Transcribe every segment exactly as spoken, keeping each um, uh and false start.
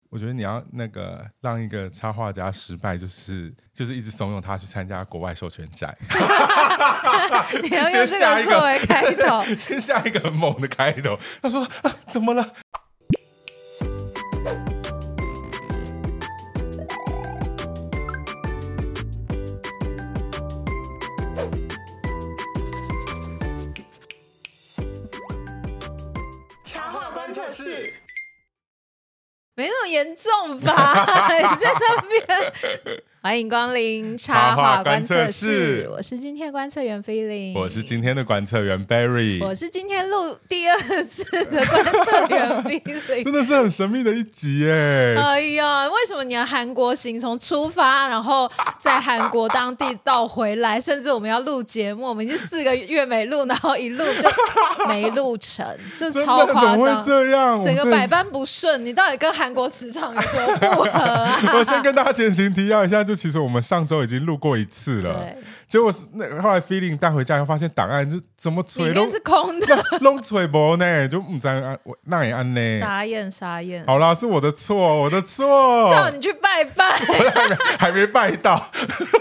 我觉得你要那个让一个插画家失败，就是就是一直怂恿他去参加国外授权展。 你要用这个作为开头， 先下一个很猛的开头。他说、啊、怎么了？ 插画观测室。没那么严重吧？你在那边。欢迎光临插画观测室，我是今天的观测员 Feeling， 我是今天的观测员 Barry， 我是今天录第二次的观测员 Feeling， 真的是很神秘的一集耶！ 哎呀，为什么你的韩国行从出发，然后在韩国当地到回来，甚至我们要录节目，我们已经四个月没录，然后一录就没录成，就超夸张， 怎么会这样？ 整个百般不顺，你到底跟韩国磁场有多不合啊？ 我先跟大家前情提要一下，就其实我们上周已经录过一次了，结果那后来 Feeling 带回家以后发现档案就怎么吹里面是空的， 弄吹不呢，就不知道那也安呢， 傻眼傻眼。 好啦，是我的错，我的错， 叫你去拜拜， 还没拜到。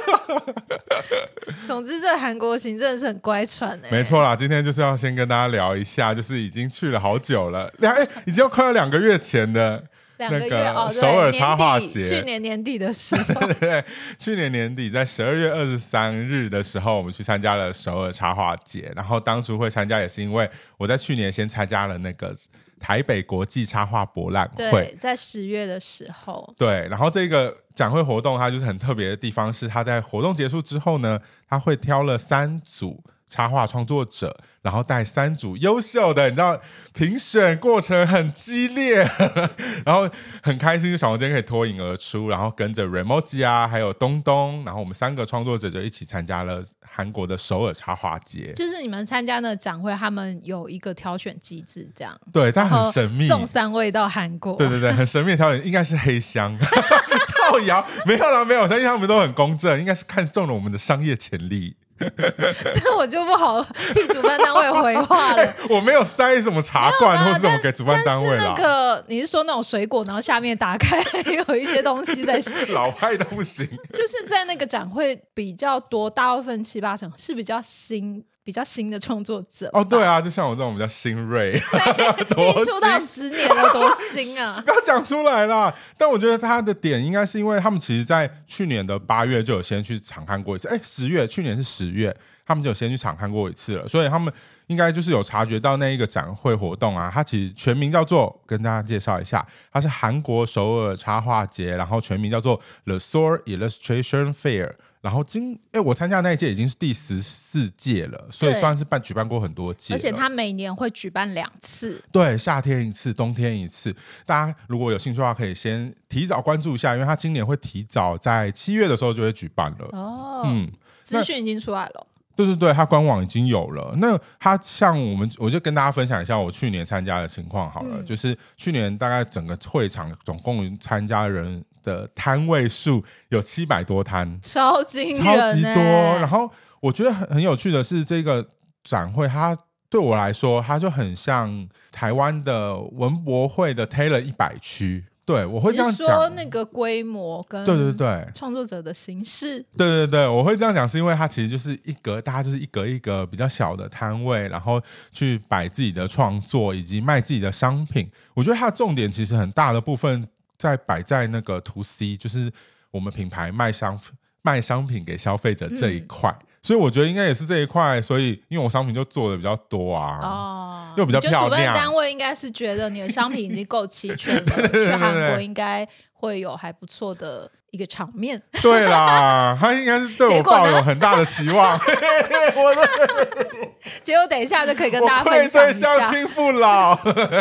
总之，这韩国行真的是很乖舛哎、欸。 没错啦，今天就是要先跟大家聊一下，就是已经去了好久了，两哎、已经要快要两个月前的。 两个月、 那個哦、 首尔插画节， 去年年底的时候， 对对对，去年年底在十二月二十三日的时候，我们去参加了首尔插画节。然后当初会参加也是因为我在去年先参加了那个台北国际插画博览会， 对，在十月的时候， 对。然后这个展会活动它就是很特别的地方是，它在活动结束之后呢，它会挑了三组插画创作者，然后带三组优秀的，你知道评选过程很激烈，然后很开心，小房间可以脱颖而出，然后跟着 Remoji 啊，还有东东，然后我们三个创作者就一起参加了韩国的首尔插画节。 就是你们参加那个展会，他们有一个挑选机制，这样对，但很神秘， 送三位到韩国， 对对对，很神秘的挑选，应该是黑箱。造谣没有啦，没有，我相信他们都很公正，应该是看中了我们的商业潜力。 这我就不好替主办单位回话了、欸、 我没有塞什么茶罐或是什么给主办单位啦。 但是那个你是说那种水果，然后下面打开有一些东西在老派的不行， 就是在那个展会比较多，大部分七八成是比较新比较新的创作者哦，对啊，就像我这种比较新锐， 已经出道十年了，多新啊！ 不要讲出来啦。但我觉得他的点应该是因为他们其实在去年的八月就有先去场看过一次，哎，十月，去年是十月，他们就有先去场看过一次了，所以他们应该就是有察觉到那一个展会活动啊，它其实全名叫做，跟大家介绍一下，它是韩国首尔插画节，然后全名叫做 The Seoul Illustration Fair。然后今哎，我参加那一届已经是第十四届了，所以算是办举办过很多届了， 而且他每年会举办两次， 对，夏天一次，冬天一次。大家如果有兴趣的话，可以先提早关注一下，因为他今年会提早在七月的时候就会举办了。 哦，嗯，资讯已经出来了。 对对对，他官网已经有了。那他像我们，我就跟大家分享一下我去年参加的情况好了。嗯、就是去年大概整个会场总共参加人的摊位数有七百多摊， 超惊人、 欸，超级多。然后我觉得很很有趣的是，这个展会它对我来说，它就很像台湾的文博会的 Taylor 一百区。对，我会这样讲。 你说那个规模跟对对对创作者的形式， 对对对，我会这样讲，是因为它其实就是一格，大家就是一格一格比较小的摊位，然后去摆自己的创作以及卖自己的商品。我觉得它的重点其实很大的部分在摆在那个 to C， 就是我们品牌卖商卖商品给消费者这一块。嗯，所以我觉得应该也是这一块，所以因为我商品就做的比较多啊，哦，又比较漂亮。 就主办单位应该是觉得你的商品已经够齐全了，对对对对，去韩国应该会有还不错的一个场面。 对啦，他应该是对我抱有很大的期望。我的结果等一下就可以跟大家分享一下。 我愧对乡亲父老。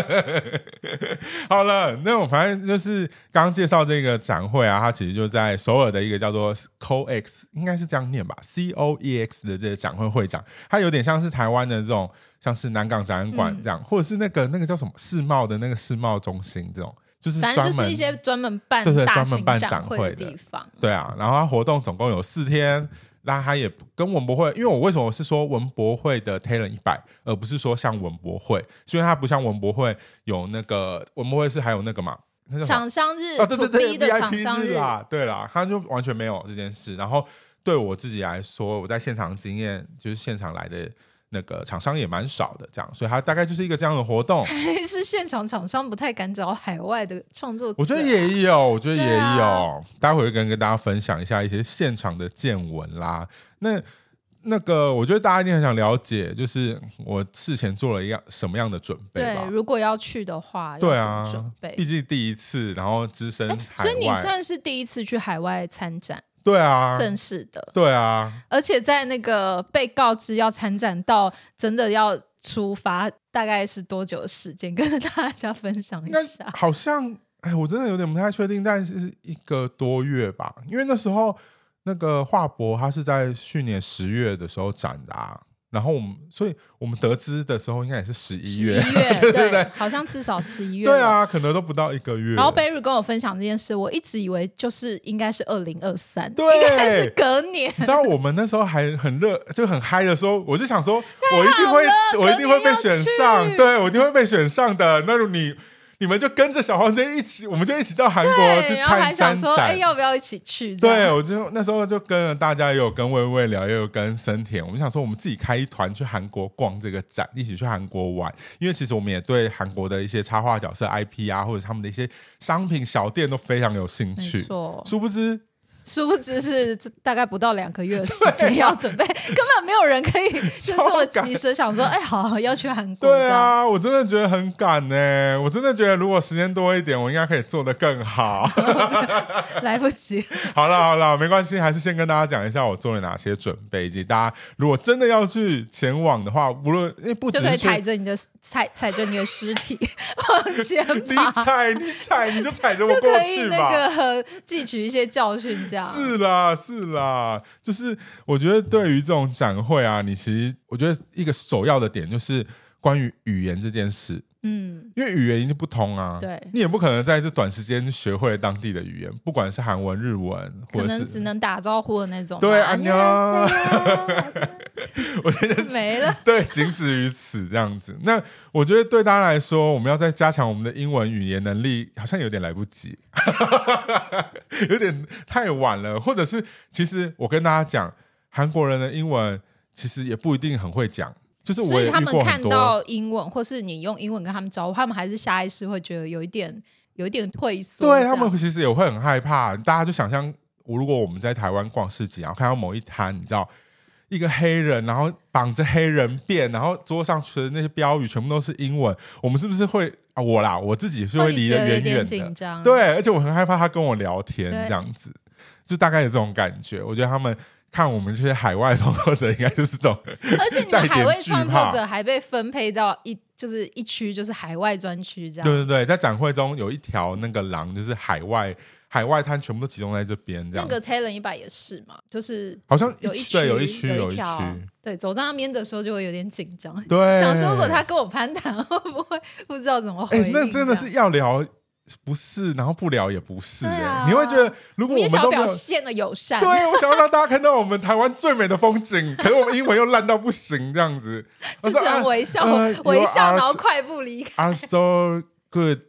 好了，那我反正就是刚刚介绍这个展会啊，它其实就在首尔的一个叫做 C O X， 应该是这样念吧 ，C O E X 的这个展会会场，它有点像是台湾的这种，像是南港展览馆这样，嗯、或者是那个那个叫什么世贸的那个世贸中心这种。就是反正就是一些专门办大型展会的地方。 对啊，然后它活动总共有四天，那它也跟文博会，因为我为什么是说文博会的 Talent 一百，而不是说像文博会，是因为它不像文博会有那个文博会是还有那个嘛那叫厂商日， 哦，对对对 to B 的 ，V I 厂 P 商日日啦，对啦，他就完全没有这件事。然后对我自己来说，我在现场经验就是现场来的那个厂商也蛮少的，这样，所以它大概就是一个这样的活动。 是现场厂商不太敢找海外的创作者， 我觉得也有，我觉得也有， 啊、 待会会跟跟大家分享一下一些现场的见闻啦。那那个，我觉得大家一定很想了解，就是我事前做了一样什么样的准备吧？ 对，如果要去的话， 对要怎么啊， 准备？ 毕竟第一次，然后只身海外， 所以你算是第一次去海外参展。 对啊， 正式的， 对啊， 而且在那个被告知要参展到真的要出发，大概是多久的时间？跟大家分享一下。 好像，哎，我真的有点不太确定，但是一个多月吧，因为那时候那个华博他是在去年十月的时候展的啊。然后我们，所以我们得知的时候应该也是十一月， 十一月对对对， 好像至少十一月。 对啊，可能都不到一个月。 然后贝瑞跟我分享这件事，我一直以为就是应该是二零二三， 对， 应该是隔年。 你知道我们那时候还很热，就很嗨的时候，我就想说，我一定会，我一定会被选上，对我一定会被选上的。那你。你们就跟着小黄姐一起，我们就一起到韩国去参展。然后还想说，哎，要不要一起去？ 对，我就那时候就跟了大家，也有跟薇薇聊，也有跟森田。我们想说，我们自己开一团去韩国逛这个展，一起去韩国玩。因为其实我们也对韩国的一些插画角色 I P 啊，或者他们的一些商品小店都非常有兴趣。殊不知。 殊不知是大概不到两个月的时间要准备，根本没有人可以就这么及时想说，哎，好, 好要去韩国。 对啊，我真的觉得很赶呢。我真的觉得如果时间多一点，我应该可以做得更好。 来不及。 好了好了，没关系，还是先跟大家讲一下我做了哪些准备，以及大家如果真的要去前往的话，无论因为不只是就可以踩着你的踩踩着你的尸体往前爬， 你踩你踩你就踩着我过去吧， 就可以那个汲取一些教训这样。 是啦是啦，就是我觉得对于这种展会啊，你其实我觉得一个首要的点就是关于语言这件事。嗯，因为语言一定不通啊， 对， 你也不可能在这短时间学会了当地的语言，不管是韩文、日文，或者是可能只能打招呼的那种。 对，安妞，我觉得没了， 对，仅止于此这样子。那我觉得对大家来说，我们要再加强我们的英文语言能力，好像有点来不及，有点太晚了。或者是，其实我跟大家讲，韩国人的英文其实也不一定很会讲。就是我也遇过很多， 所以他们看到英文，或是你用英文跟他们招呼，他们还是下意识会觉得有一点有一点退缩。 对，他们其实也会很害怕。大家就想象，如果我们在台湾逛市集，然后看到某一摊，你知道一个黑人，然后绑着黑人辫，然后桌上写的那些标语全部都是英文，我们是不是会啊？我啦，我自己是会离得远远的，对，而且我很害怕他跟我聊天这样子，就大概有这种感觉。我觉得他们。看我们这些海外创作者，应该就是这种， 而且你们海外创作者还被分配到一就是一区，就是海外专区这样。 对对对，在展会中有一条那个廊，就是海外海外摊全部都集中在这边。这样， 那个 Talent 一百也是嘛，就是好像有一区对有一区有一条， 对，走到那边的时候就会有点紧张， 对， 想说如果他跟我攀谈，会不会不知道怎么回应？ 欸、那真的是要聊。不是，然后不聊也不是、欸啊， 你会觉得如果我们都没有表现的友善， 对，我想要让大家看到我们台湾最美的风景，可是我们英文又烂到不行，这样子， 就只能微笑、呃、微笑，然后快步离开。 Are so good，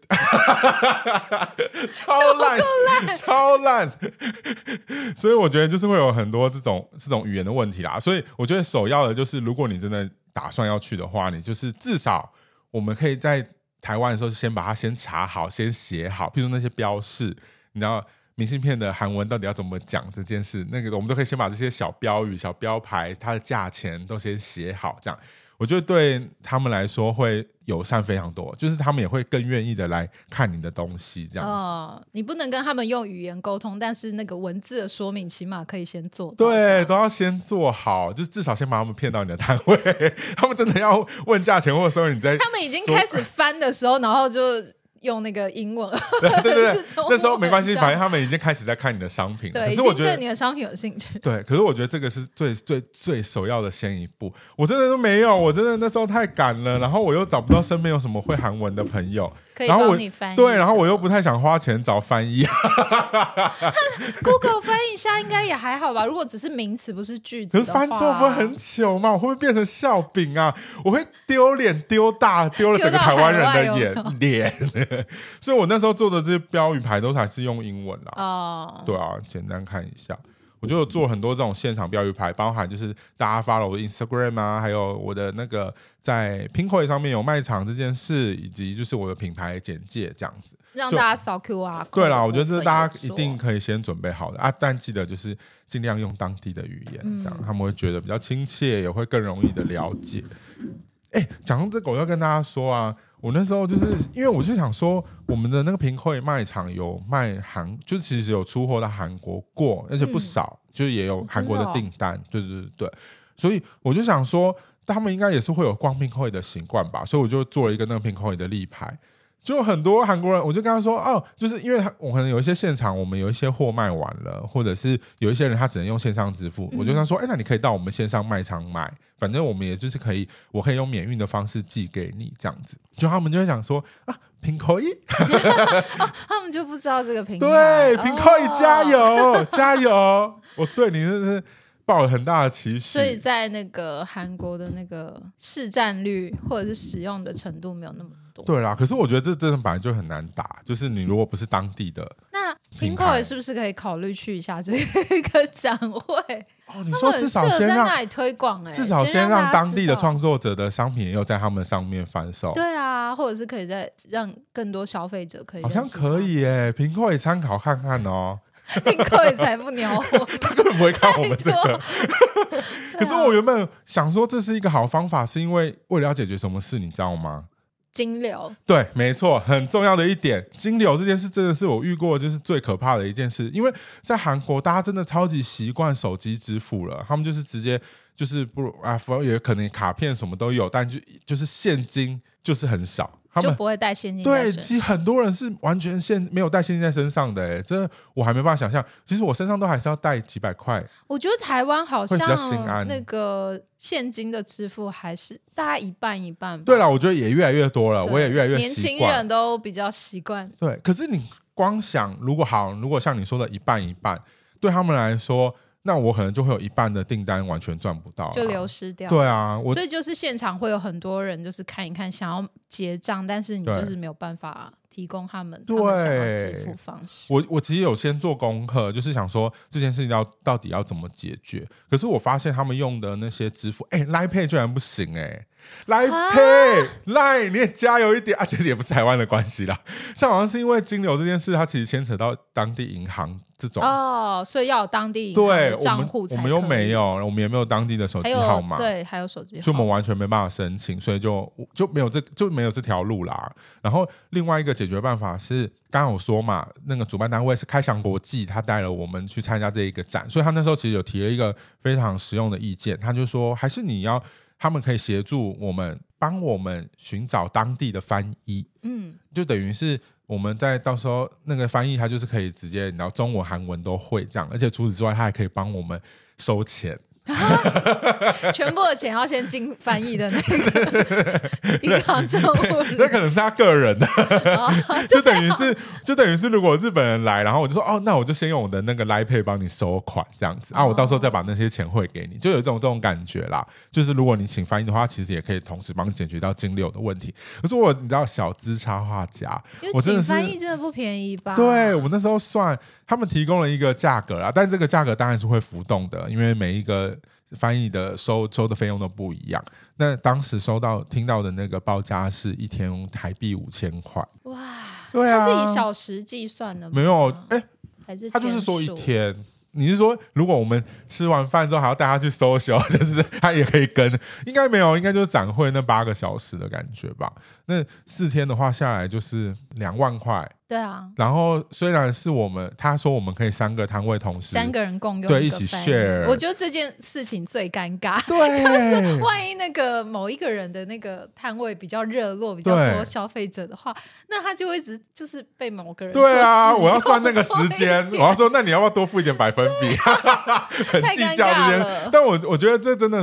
超烂，超烂。所以我觉得就是会有很多这种这种语言的问题啦。所以我觉得首要的就是，如果你真的打算要去的话，你就是至少我们可以在。台湾的时候先把它先查好，先写好，譬如说那些标示，你知道明信片的韩文到底要怎么讲这件事，那个我们都可以先把这些小标语、小标牌，它的价钱都先写好，这样我觉得对他们来说会友善非常多，就是他们也会更愿意的来看你的东西这样子、 哦、你不能跟他们用语言沟通，但是那个文字的说明起码可以先做到， 对，都要先做好，就是至少先把他们骗到你的摊位他们真的要问价钱或者说你在他们已经开始翻的时候然后就用那个英文对对对那时候没关系，反正他们已经开始在看你的商品了， 对， 可是我觉得已经对你的商品有兴趣， 对，可是我觉得这个是最最最首要的先一步，我真的都没有，我真的那时候太赶了，然后我又找不到身边有什么会韩文的朋友， 可以帮你翻译。 对，然后我又不太想花钱找翻译 Google 翻译一下应该也还好吧，如果只是名词不是句子的话， 翻错不会很糗吗？我会不会变成笑柄啊？我会丢脸丢大，丢了整个台湾人的眼脸所以我那时候做的这些标语牌都还是用英文啦、哦、对啊，简单看一下。我就有做很多这种现场标语牌，包含就是大家 follow 我的 Instagram 啊，还有我的那个在 Pinkoi 上面有卖场这件事，以及就是我的品牌简介这样子， 让大家扫 Q R。 对啦，我觉得这大家一定可以先准备好的啊，但记得就是尽量用当地的语言，这样、嗯、他们会觉得比较亲切，也会更容易的了解。哎，讲到这个，我要跟大家说啊，我那时候就是因为我就想说，我们的那个Pinkoi卖场有卖韩，就是其实有出货到韩国过，而且不少，嗯、就是也有韩国的订单，哦、对对对对，所以我就想说，他们应该也是会有逛Pinkoi的习惯吧，所以我就做了一个那个Pinkoi的立牌。就很多韩国人，我就跟他说哦，就是因为我可能有一些现场，我们有一些货卖完了，或者是有一些人他只能用线上支付，嗯、我就跟他说，哎，那你可以到我们线上卖场买，反正我们也就是可以，我可以用免运的方式寄给你这样子。就他们就会想说啊，Pinkoi， 哦、他们就不知道这个平台。 对 ，Pinkoi、哦、加油加油！我对你真的是抱了很大的期许， 所以在那个韩国的那个市占率或者是使用的程度没有那么多。 对啦，可是我觉得这真的本来就很难打，就是你如果不是当地的， 那 Pinkoi 是不是可以考虑去一下这个展会？ 哦，你说至少先让在那里推广、欸， 至少先让当地的创作者的商品也有在他们上面贩售。 对啊，或者是可以再让更多消费者可以认识好像可以耶 ，Pinkoi 参考看看哦。 Pinkoi 才不鸟我， 他根本不会看我们这个。可是我原本想说这是一个好方法，是因为为了要解决什么事，你知道吗？ 金流。 对，没错，很重要的一点，金流这件事真的是我遇过就是最可怕的一件事，因为在韩国大家真的超级习惯手机支付了，他们就是直接就是不啊，也可能卡片什么都有，但就就是现金就是很少。他们就不会带现金在身上。 对，其实很多人是完全现没有带现金在身上的，哎，这我还没办法想象。其实我身上都还是要带几百块。 我觉得台湾好像那个现金的支付还是大概一半一半吧。 对了，我觉得也越来越多了，我也越来越习惯。 年轻人都比较习惯。 对，可是你光想，如果好，如果像你说的一半一半，对他们来说，那我可能就会有一半的订单完全赚不到、啊， 就流失掉。 对啊， 所以就是现场会有很多人就是看一看，想要结账，但是你就是没有办法提供他们他们想要支付方式。 我我其实有先做功课，就是想说这件事情要到底要怎么解决。可是我发现他们用的那些支付，哎 ，Line Pay 居然不行哎、欸。Line Pay、啊、Line 你也加油一点啊！这也不是台湾的关系啦，这好像是因为金流这件事，它其实牵扯到当地银行这种哦，所以要有当地银行的账户才可以。 我们又没有，我们也没有当地的手机号码， 对，还有手机号码， 所以我们完全没办法申请，所以就就没有这就没有这条路啦。然后另外一个解决办法是，刚刚有说嘛，那个主办单位是开祥国际，他带了我们去参加这一个展，所以他那时候其实有提了一个非常实用的意见，他就说还是你要。他们可以协助我们，帮我们寻找当地的翻译，嗯，就等于是我们在到时候那个翻译，他就是可以直接，你知道中文、韩文都会这样，而且除此之外，他还可以帮我们收钱。 全部的钱要先进翻译的那个银行账户里， 那可能是他个人的、哦、就等于是就等于是如果日本人来，然后我就说哦，那我就先用我的那个 Line Pay 帮你收款这样子啊，我到时候再把那些钱汇给你，就有这种这种感觉啦。就是如果你请翻译的话，其实也可以同时帮你解决到金流的问题。可是我你知道小资插画家， 因为请翻译真的不便宜吧？ 对，我那时候算他们提供了一个价格啦，但这个价格当然是会浮动的，因为每一个翻译的收收的费用都不一样。那当时收到听到的那个报价是一天台币五千块。 哇， 对啊， 它是以小时计算的吗？ 没有，哎， 还是他就是说一天。你是说如果我们吃完饭之后还要带他去social，就是他也可以跟？应该没有，应该就是展会那八个小时的感觉吧。那四天的话下来就是两万块。 对啊， 然后虽然是我们他说我们可以三个摊位同时三个人共用对一起 share， 我觉得这件事情最尴尬， 对， 就是万一那个某一个人的那个摊位比较热络，比较多消费者的话，那他就会一直就是被某个人对啊，我要算那个时间，我要说那你要不要多付一点百分比，很计较这件。但我我觉得这真的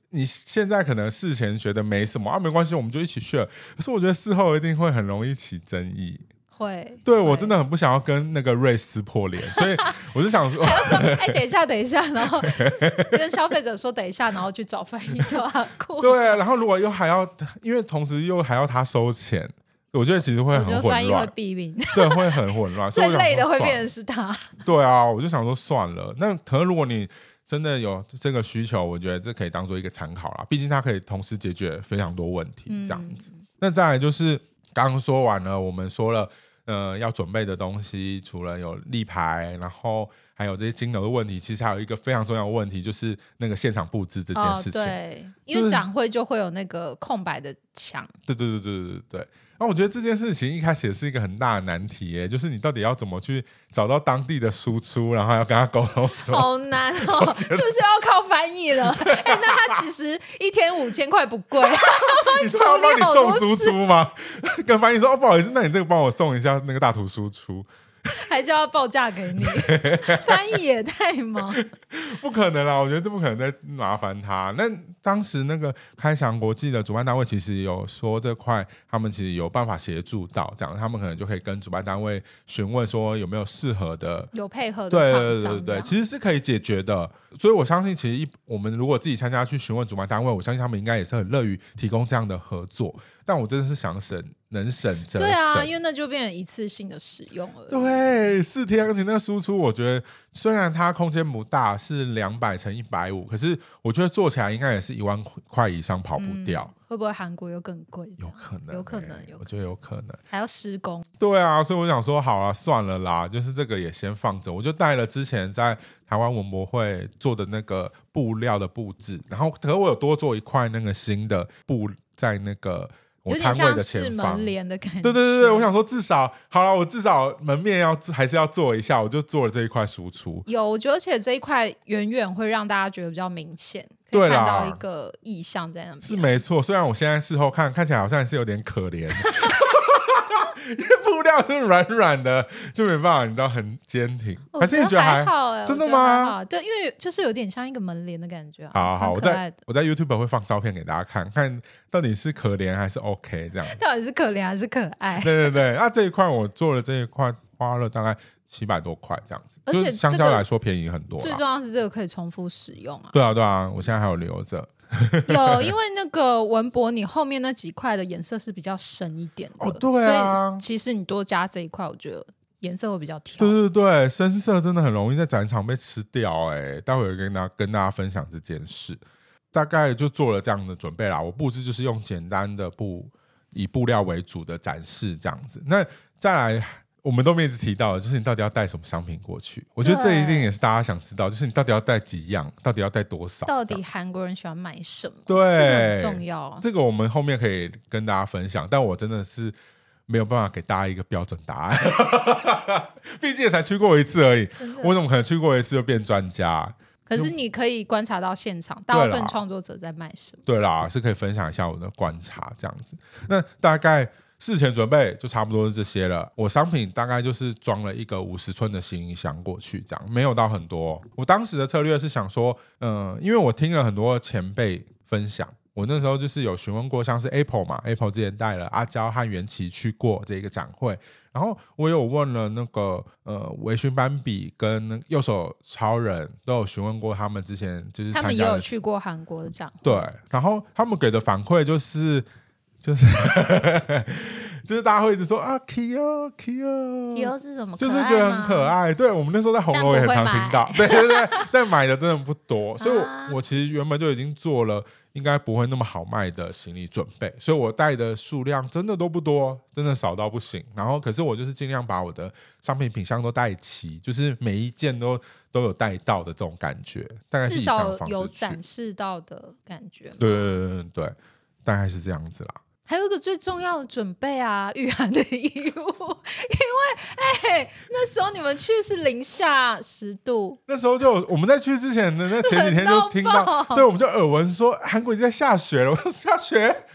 你现在可能事前觉得没什么啊，没关系，我们就一起去了。可是我觉得事后一定会很容易起争议。 会， 对，我真的很不想要跟那个瑞撕破脸，所以我就想说， 还要说，哎、欸，等一下，等一下，然后跟消费者说等一下，然后去找翻译就很酷。 对，然后如果又还要，因为同时又还要他收钱，我觉得其实会很混乱，我觉得翻译会毙命， 对，会很混乱， 最累的会变成是他。 对啊，我就想说算了，那可能如果你真的有这个需求，我觉得这可以当做一个参考啦，毕竟它可以同时解决非常多问题，这样子。嗯、那再来就是刚刚说完了，我们说了。呃，要准备的东西除了有立牌，然后还有这些金流的问题，其实还有一个非常重要的问题，就是那个现场布置这件事情。哦、 对，因为展会就会有那个空白的墙。 对对对对对对。然后我觉得这件事情一开始也是一个很大的难题耶，就是你到底要怎么去找到当地的输出，然后要跟他沟通说。 好难哦，是不是要靠翻译了？哎、欸，那他其实一天五千块不贵。 你说要帮你送输出吗？跟翻译说、哦、不好意思，那你这个帮我送一下那个大图输出。 还叫他报价给你，翻译也太忙， 不可能啦！我觉得这不可能再麻烦他。那当时那个开翔国际的主办单位其实有说这块他们其实有办法协助到，这样他们可能就可以跟主办单位询问说有没有适合的、 有配合的厂商， 对对对对，其实是可以解决的。所以我相信，其实一我们如果自己参加去询问主办单位，我相信他们应该也是很乐于提供这样的合作。但我真的是想省。能省则省， 对啊，因为那就变成一次性的使用了。 对，四天，而且那个输出，我觉得虽然它空间不大，是两百乘一百五，可是我觉得做起来应该也是一万块以上跑不掉。嗯、 会不会韩国又更贵？ 有可能、欸， 有可能，有可能， 我觉得有可能， 还要施工。 对啊，所以我想说，好了，算了啦，就是这个也先放着。我就带了之前在台湾文博会做的那个布料的布置，然后可是我有多做一块那个新的布在那个。我摊位的前方， 门帘的感觉。 对对对对，我想说至少好了，我至少门面要还是要做一下，我就做了这一块输出。 有，我觉得而且这一块远远会让大家觉得比较明显，可以看到一个意象在那边。 是没错，虽然我现在事后看看起来好像是有点可怜。因为布料是软软的，就没办法，你知道很坚挺。还是你觉得还好、欸？ 真的吗？ 对，因为就是有点像一个门帘的感觉、啊。 好好，我在我在 YouTube 会放照片给大家看，看到底是可怜还是 OK 这样。 到底是可怜还是可爱？ 对对对，那这一块我做了这一块，花了大概七百多块这样子， 而且、 就是、相较来说便宜很多。 最重要是这个可以重复使用啊。 对啊对啊，我现在还有留着。 有，因为那个文博你后面那几块的颜色是比较深一点的， 哦，对啊， 所以其实你多加这一块，我觉得颜色会比较挑。 对对对，深色真的很容易在展场被吃掉哎、欸，待会儿跟大家跟大家分享这件事。大概就做了这样的准备啦，我布置就是用简单的布，以布料为主的展示这样子。那再来。我们都没一直提到的就是你到底要带什么商品过去，我觉得这一定也是大家想知道，就是你到底要带几样，到底要带多少， 到底韩国人喜欢买什么， 对， 这个很重要、啊、这个我们后面可以跟大家分享，但我真的是没有办法给大家一个标准答案毕竟也才去过一次而已，我怎么可能去过一次就变专家？ 可是你可以观察到现场大部分创作者在卖什么， 对啦，是可以分享一下我的观察这样子。那大概事前准备就差不多是这些了，我商品大概就是装了一个五十寸的行李箱过去，这样没有到很多。我当时的策略是想说，嗯、呃，因为我听了很多前辈分享，我那时候就是有询问过，像是 Apple 嘛 ，Apple 之前带了阿娇和元琪去过这个展会，然后我有问了那个呃微醺斑比跟右手超人，都有询问过他们之前就是参加的， 他们也有去过韩国的展会， 对，然后他们给的反馈就是。就是就是大家会一直说啊 Kyo Kyo Kyo 是什么？ 就是觉得很可爱。对，我们那时候在红楼也很常听到，对对对，但买的真的不多，所以我、啊、我其实原本就已经做了应该不会那么好卖的行李准备，所以我带的数量真的都不多，真的少到不行。然后可是我就是尽量把我的商品品项都带齐，就是每一件都都有带到的这种感觉，大概是以这样的方式去， 至少有展示到的感觉。 对对对对，大概是这样子啦。 还有一个最重要的准备啊，御寒的衣物，因为哎、欸，那时候你们去是零下十度， 那时候就我们在去之前的那前几天就听到，对，我们就耳闻说韩国已经在下雪了。我说下雪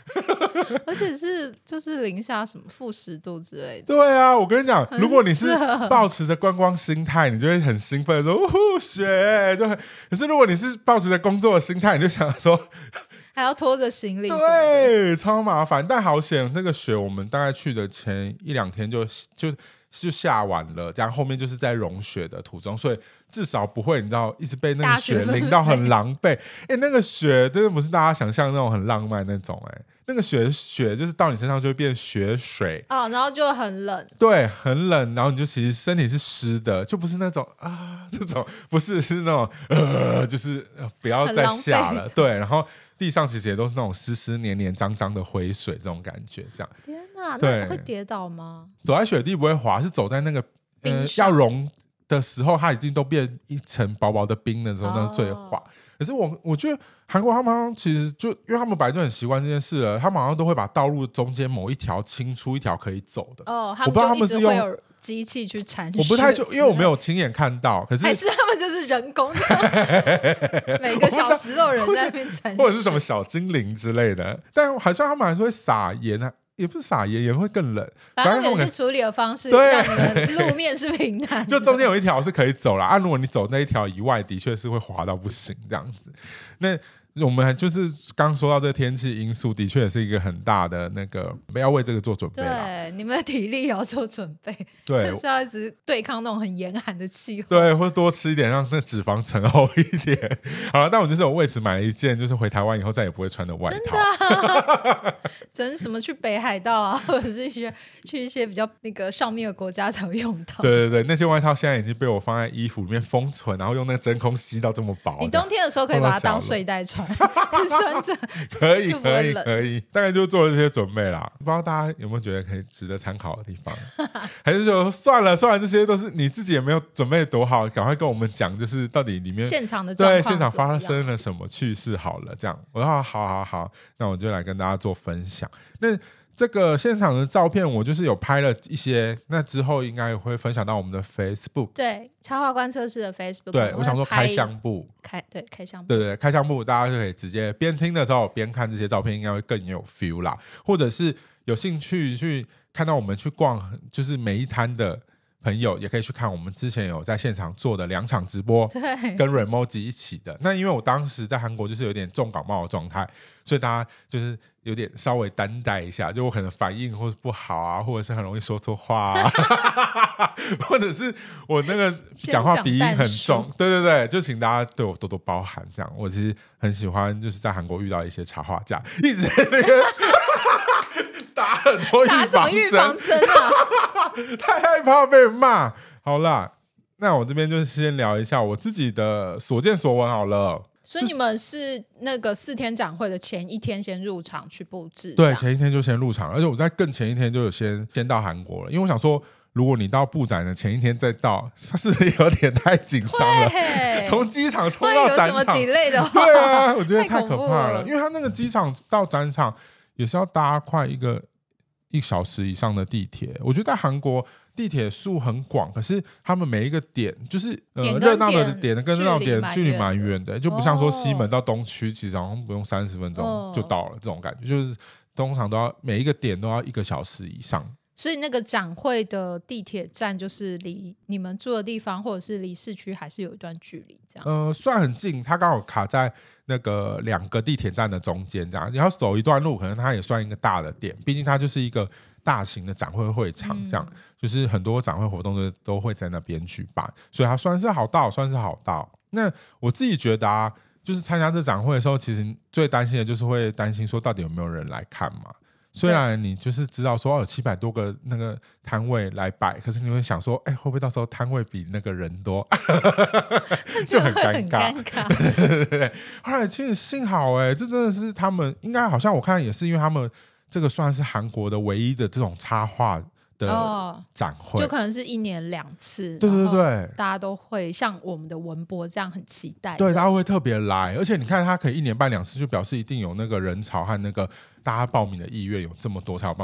而且是就是零下什么负十度之类的。 对啊，我跟你讲，如果你是抱持着观光心态，你就会很兴奋的说，哦，雪就很。可是如果你是抱持着工作的心态，你就想说。 还要拖着行李， 对，超麻烦。但好险，那个雪我们大概去的前一两天就就就下完了，这样后面就是在融雪的途中，所以至少不会你知道一直被那个雪淋到很狼狈。哎，那个雪真的不是大家想象那种很浪漫那种，哎，那个雪雪就是到你身上就会变雪水哦，然后就很冷， 对，很冷，然后你就其实身体是湿的，就不是那种啊这种，不是是那种呃，就是、呃、不要再下了，对，然后。地上其实也都是那种湿湿黏黏脏脏的灰水，这种感觉，这样。 天哪，那会跌倒吗？ 走在雪地不会滑，是走在那个呃要融的时候，它已经都变一层薄薄的冰的时候，那是最滑。哦、可是我我觉得韩国他们好像其实就因为他们本来就很习惯这件事了，他们好像都会把道路中间某一条清出一条可以走的。 哦， 我不知道他们是用。 机器去铲雪， 我不太就因为我没有亲眼看到，可是还是他们就是人工的，每个小时都有人在那边铲雪， 或者是什么小精灵之类的，但好像他们还是会撒盐啊，也不是撒盐，盐会更冷。 反正有些处理的方式，让你们路面是平坦的， 就中间有一条是可以走啦。啊，如果你走那一条以外，的确是会滑到不行这样子。那我们就是刚说到这个天气因素，的确也是一个很大的那个，要为这个做准备啦。 对，你们的体力也要做准备， 对， 就是要一直对抗那种很严寒的气候。 对，或者多吃一点，让那脂肪层厚一点。好了，但我就是我为此买了一件，就是回台湾以后再也不会穿的外套。 真的、啊，真什么去北海道啊，或者是一些去一些比较那个上面的国家才会用到。 对对对，那件外套现在已经被我放在衣服里面封存，然后用那个真空吸到这么薄。 你冬天的时候可以把它当睡袋穿。穿着可以可以可以，大概就做了这些准备啦。不知道大家有没有觉得可以值得参考的地方，还是说算了算了，这些都是你自己也没有准备多好，赶快跟我们讲，就是到底里面现场的状况对现场发生了什么趣事好了。这样，我说好好好，那我就来跟大家做分享。那这个现场的照片我就是有拍了一些，那之后应该也会分享到我们的 Facebook， 对，插画观测室的 Facebook， 对，我想说开箱部开对开箱部对对开箱部大家就可以直接边听的时候边看这些照片，应该会更有 feel 啦。或者是有兴趣去看到我们去逛就是每一摊的朋友，也可以去看我们之前有在现场做的两场直播，跟 Remoji 一起的。那因为我当时在韩国就是有点重感冒的状态，所以大家就是有点稍微担待一下，就我可能反应或是不好啊，或者是很容易说错话啊或者是我那个讲话鼻音很重，对对对，就请大家对我多多包涵。这样，我其实很喜欢就是在韩国遇到一些插画家，一直在那个打很多预防针，打什么预防针啊太害怕被骂。好啦，那我这边就先聊一下我自己的所见所闻好了。 所以你们是那个四天展会的前一天先入场去布置？ 对，前一天就先入场，而且我在更前一天就有先先到韩国了，因为我想说如果你到布展的前一天再到，它是不是有点太紧张了？从机场冲到展场， 有什么 delay 的话， 对啊，我觉得太可怕了。因为它那个机场到展场也是要搭快一个一小时以上的地铁。我觉得在韩国地铁数很广，可是他们每一个点就是呃热闹的点跟热闹点距离蛮远的，就不像说西门到东区其实好像不用三十分钟就到了，这种感觉就是通常都要每一个点都要一个小时以上。 所以那个展会的地铁站就是离你们住的地方或者是离市区还是有一段距离这样？ 呃，算很近，它刚好卡在那个两个地铁站的中间这样，你要走一段路可能它也算一个大的点，毕竟它就是一个大型的展会会场这样、嗯、就是很多展会活动都都会在那边举办，所以它算是好到算是好到。那我自己觉得啊，就是参加这展会的时候其实最担心的就是会担心说到底有没有人来看嘛。虽然你就是知道说有七百多个那个摊位来摆，可是你会想说哎、欸，会不会到时候摊位比那个人多就很尴尬对对对对，后来其实幸好哎、欸，这真的是他们应该好像我看也是因为他们这个算是韩国的唯一的这种插画的展会、哦、 就可能是一年两次， 对对对， 大家都会像我们的文博这样很期待， 对，大家会特别来，而且你看他可以一年办两次，就表示一定有那个人潮和那个大家报名的意愿有这么多才有办法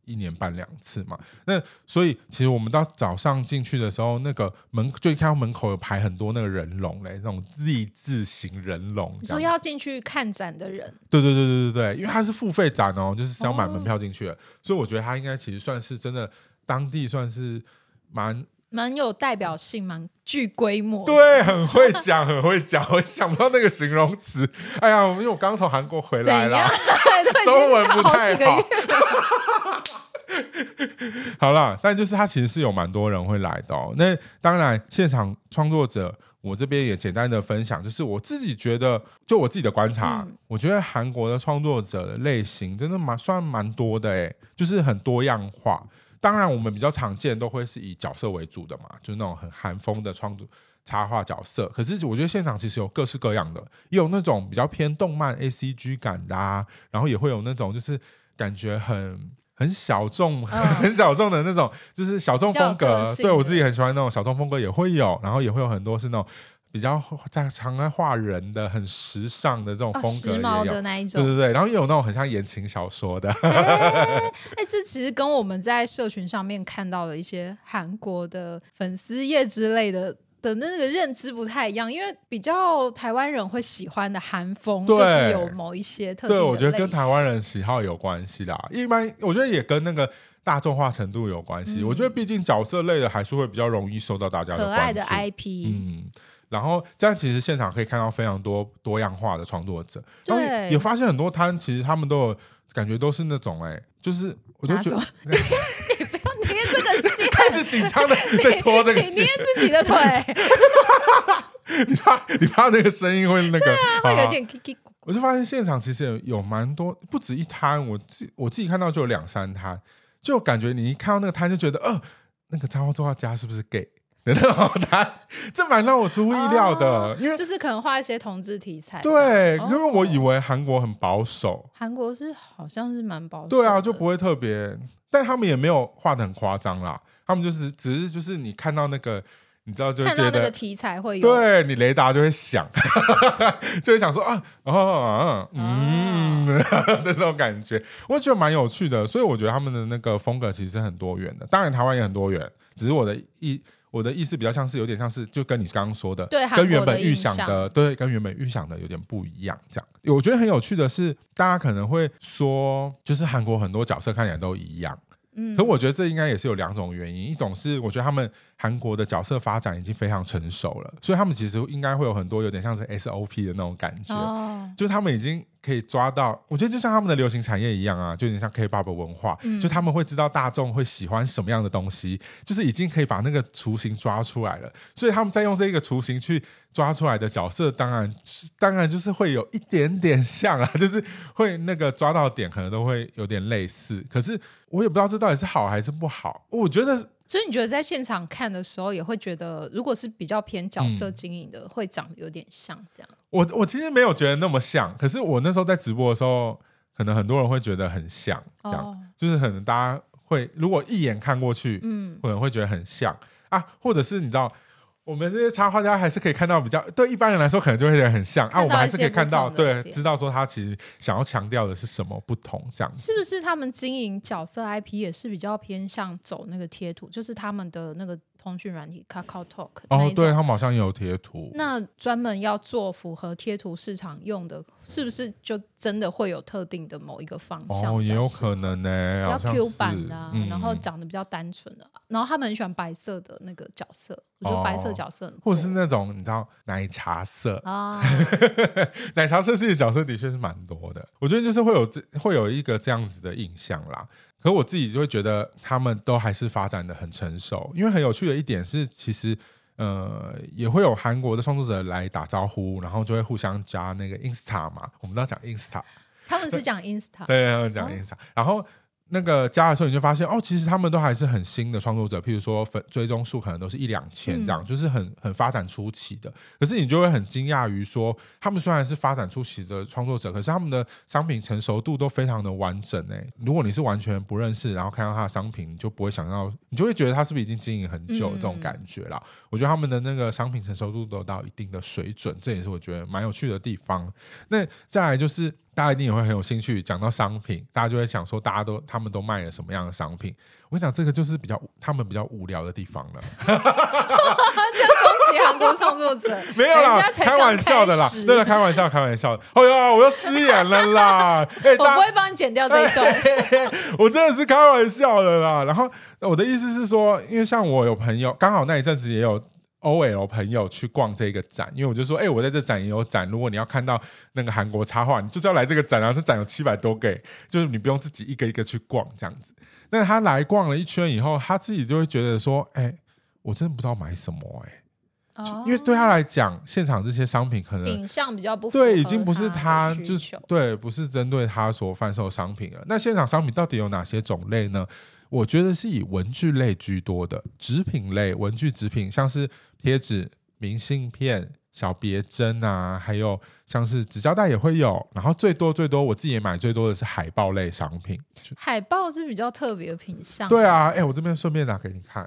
一年办两次嘛。那所以其实我们到早上进去的时候，那个门就看到门口有排很多那个人龙嘞，那种 Z 字形人龙。 你说要进去看展的人？ 对对对对对对，因为它是付费展哦，就是要买门票进去的，哦，所以我觉得它应该其实算是真的当地算是蛮。 蛮有代表性，蛮具规模， 对，很会讲，很会讲，我想不到那个形容词。哎呀，因为我刚从韩国回来了，中文不太好。好啦，但就是他其实是有蛮多人会来的哦。那当然，现场创作者，我这边也简单的分享，就是我自己觉得，就我自己的观察，嗯、我觉得韩国的创作者的类型真的蛮算蛮多的，哎，就是很多样化。当然我们比较常见都会是以角色为主的嘛，就是那种很韩风的创作插画角色，可是我觉得现场其实有各式各样的，也有那种比较偏动漫 A C G 感的啊，然后也会有那种就是感觉很很小众、嗯、很小众的那种就是小众风格，对，我自己很喜欢那种小众风格也会有，然后也会有很多是那种比较在常在画人的很时尚的这种风格也有、 哦、时髦的那一种， 对对对，然后也有那种很像言情小说的。 哎、欸，这其实跟我们在社群上面看到的一些韩国的粉丝页之类的的那个认知不太一样，因为比较台湾人会喜欢的韩风就是有某一些特定的类型。对， 我觉得跟台湾人喜好有关系啦，一般我觉得也跟那个大众化程度有关系、嗯、我觉得毕竟角色类的还是会比较容易受到大家的关注， 可爱的 I P。 嗯，然后这样其实现场可以看到非常多多样化的创作者，然后也发现很多摊其实他们都有感觉都是那种哎、欸，就是我就觉得你, 你不要捏这个线， 开始紧张的在搓这个线， 你捏自己的腿你怕你怕那个声音会那个， 对啊，会有点 kiki。 我就发现现场其实有蛮多，不止一摊，我自我自己看到就有两三摊，就感觉你一看到那个摊就觉得，呃，那个插画作画家是不是 gay？的那种摊，这蛮让我出乎意料的、哦、因为就是可能画一些同志题材。 对、哦、因为我以为韩国很保守， 韩国是好像是蛮保守的， 对啊，就不会特别，但他们也没有画得很夸张啦，他们就是只是就是你看到那个你知道就觉得看到那个题材会有， 对，你雷达就会响就会想说啊哦嗯的、哦、这种感觉，我觉得蛮有趣的，所以我觉得他们的那个风格其实很多元的，当然台湾也很多元，只是我的意我的意思比较像是有点像是就跟你刚刚说的， 对， 跟原本预想的，对，跟原本预想的有点不一样。这样，我觉得很有趣的是，大家可能会说，就是韩国很多角色看起来都一样，嗯，可我觉得这应该也是有两种原因，一种是我觉得他们韩国的角色发展已经非常成熟了，所以他们其实应该会有很多有点像是 S O P 的那种感觉，哦、就是他们已经可以抓到，我觉得就像他们的流行产业一样啊，就有点像 K-pop 文化、嗯、就他们会知道大众会喜欢什么样的东西，就是已经可以把那个雏形抓出来了，所以他们在用这个雏形去抓出来的角色当然当然就是会有一点点像啊，就是会那个抓到点可能都会有点类似，可是我也不知道这到底是好还是不好，我觉得。 所以你觉得在现场看的时候也会觉得如果是比较偏角色经营的、嗯、会长得有点像这样？我我其实没有觉得那么像，可是我那时候在直播的时候可能很多人会觉得很像这样、哦、就是可能大家会如果一眼看过去嗯，可能会觉得很像啊，或者是你知道我们这些插画家还是可以看到比较对一般人来说可能就会觉得很像啊，我们还是可以看到对知道说他其实想要强调的是什么不同这样子， 是不是他们经营角色 I P 也是比较偏向走那个贴图，就是他们的那个通讯软体 KakaoTalk 哦，对他们好像也有贴图， 那专门要做符合贴图市场用的，是不是就真的会有特定的某一个方向？ 哦，也有可能呢、欸， 比较 Q 版的、啊嗯、然后长得比较单纯的，然后他们很喜欢白色的那个角色，我觉得白色角色很多、哦、 或者是那种你知道奶茶色啊、哦，奶茶色系的角色的确是蛮多的，我觉得就是会有会有一个这样子的印象啦。可我自己就会觉得他们都还是发展的很成熟，因为很有趣的一点是其实呃也会有韩国的创作者来打招呼，然后就会互相加那个 Insta 嘛，我们都要讲 Insta， 他们是讲 Insta 对，他们讲 Insta、哦、然后那个加的时候你就发现哦，其实他们都还是很新的创作者，譬如说粉追踪数可能都是一两千这样、嗯、就是很很发展初期的，可是你就会很惊讶于说他们虽然是发展初期的创作者，可是他们的商品成熟度都非常的完整耶。如果你是完全不认识然后看到他的商品，你就不会想到，你就会觉得他是不是已经经营很久、嗯、这种感觉啦。我觉得他们的那个商品成熟度都到一定的水准，这也是我觉得蛮有趣的地方。那再来就是大家一定也会很有兴趣，讲到商品大家就会想说大家都他们都卖了什么样的商品。我跟你讲这个就是比较他们比较无聊的地方了。 这样攻击韩国创作者没有啦， 人家才开玩笑的啦，对了，开玩笑开玩笑的。哎呀我又失言了啦。欸、 我不会帮你剪掉这一段。 我真的是开玩笑的啦。然后我的意思是说，因为像我有朋友刚好那一阵子也有O L 朋友去逛这个展，因为我就说，哎、欸，我在这展也有展，如果你要看到那个韩国插画，你就是要来这个展啊，这展有七百多个，就是你不用自己一个一个去逛这样子。那他来逛了一圈以后，他自己就会觉得说，哎、欸，我真的不知道买什么、欸，哦、因为对他来讲，现场这些商品可能影像比较不符合对，已经不是他就是对，不是针对他所贩售商品了。那现场商品到底有哪些种类呢？我觉得是以文具类居多的，纸品类、文具纸品，像是贴纸、明信片、小别针啊，还有像是纸胶带也会有。然后最多最多，我自己也买最多的是海报类商品。 海报是比较特别的品项。 对啊，哎、欸，我这边顺便拿给你看。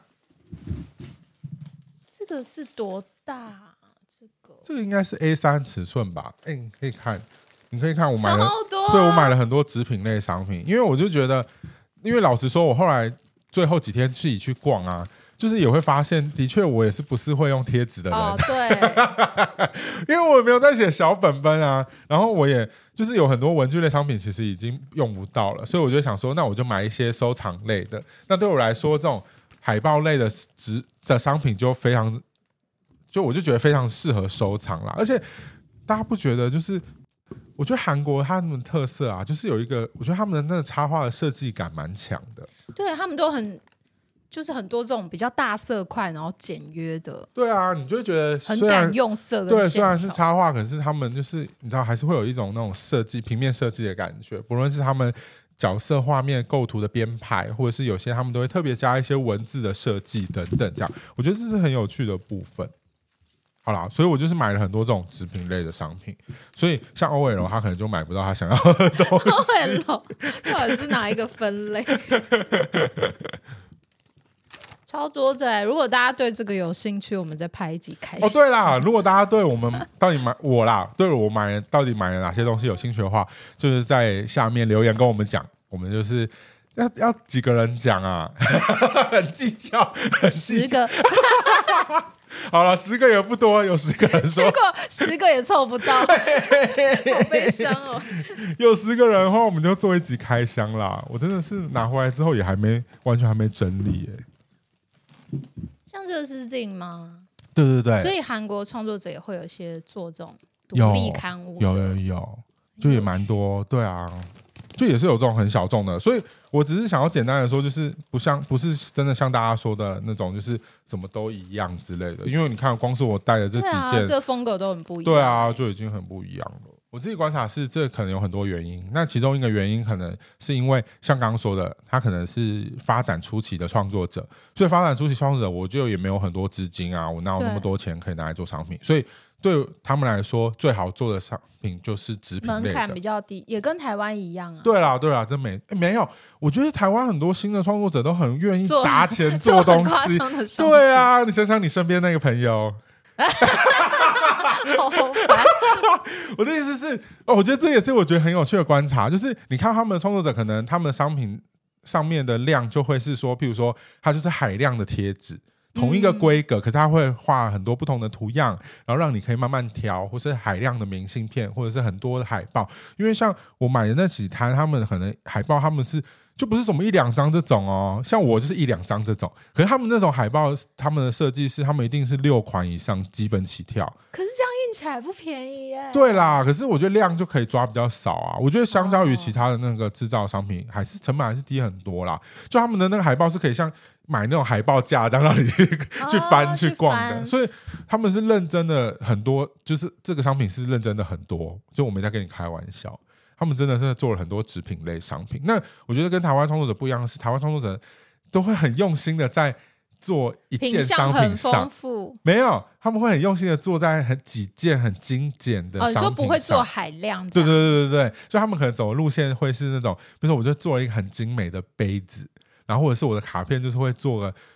这个是多大？这个这个应该是 A 三 尺寸吧？哎、欸，你可以看，你可以看我买了， 超多、啊。 对我买了很多纸品类商品，因为我就觉得。因为老实说我后来最后几天自己去逛啊，就是也会发现的确我也是不是会用贴纸的人、 哦、对因为我没有在写小本本啊，然后我也就是有很多文具类商品其实已经用不到了，所以我就想说那我就买一些收藏类的。那对我来说这种海报类的纸的商品就非常就我就觉得非常适合收藏啦。而且大家不觉得就是我觉得韩国他们的特色啊，就是有一个，我觉得他们的那个插画的设计感蛮强的。 对他们都很，就是很多这种比较大色块，然后简约的。 对啊，你就会觉得很敢用色跟线条。 对，虽然是插画，可是他们就是你知道，还是会有一种那种设计平面设计的感觉。不论是他们角色画面构图的编排，或者是有些他们都会特别加一些文字的设计等等，这样我觉得这是很有趣的部分。好啦，所以我就是买了很多这种纸品类的商品，所以像 O L 他可能就买不到他想要的东西。O L 到底是哪一个分类？超多的、欸，如果大家对这个有兴趣，我们再拍一集开始。 哦，对啦，如果大家对我们到底买我啦，对我买了到底买了哪些东西有兴趣的话，就是在下面留言跟我们讲，我们就是要要几个人讲啊，很计较，很计较十个。 好了，十个也不多，有十个人说， 结果十个也凑不到，好悲伤哦。 有十个人的话，我们就做一集开箱啦。我真的是拿回来之后也还没完全还没整理耶。 像这个是这吗？ 对对对， 所以韩国创作者也会有一些做这种独立刊物， 有有有有，就也蛮多，对啊。就也是有这种很小众的，所以我只是想要简单的说，就是不像不是真的像大家说的那种，就是什么都一样之类的。因为你看，光是我带的这几件， 啊、这风格都很不一样。 对啊，就已经很不一样了。我自己观察是，这可能有很多原因。那其中一个原因可能是因为像刚刚说的，他可能是发展初期的创作者，所以发展初期创作者，我就也没有很多资金啊，我哪有那么多钱可以拿来做商品，所以。对他们来说，最好做的商品就是纸品类的， 门槛比较低，也跟台湾一样啊。 对啦，对啦，真没、欸、没有。我觉得台湾很多新的创作者都很愿意砸钱做东西。对啊，你想想你身边那个朋友。 好烦我的意思是、哦，我觉得这也是我觉得很有趣的观察，就是你看他们的创作者，可能他们的商品上面的量就会是说，譬如说，它就是海量的贴纸。同一个规格，可是它会画很多不同的图样，然后让你可以慢慢挑，或是海量的明信片，或者是很多的海报。因为像我买的那几摊，他们可能海报他们是就不是什么一两张这种哦，像我就是一两张这种。可是他们那种海报，他们的设计是他们一定是六款以上基本起跳。 可是这样印起来不便宜耶。 对啦，可是我觉得量就可以抓比较少啊。我觉得相较于其他的那个制造商品，还是成本还是低很多啦。就他们的那个海报是可以像。买那种海报架，这样让你去、哦、去翻去逛的，所以他们是认真的很多，就是这个商品是认真的很多，就我没在跟你开玩笑，他们真的是做了很多纸品类商品。那我觉得跟台湾创作者不一样的是，台湾创作者都会很用心的在做一件商品上，没有，他们会很用心的做在很几件很精简的商品上。哦，你说不会做海量？ 对对对对对，所以他们可能走的路线会是那种，比如说我就做了一个很精美的杯子。然后或者是我的卡片就是会做个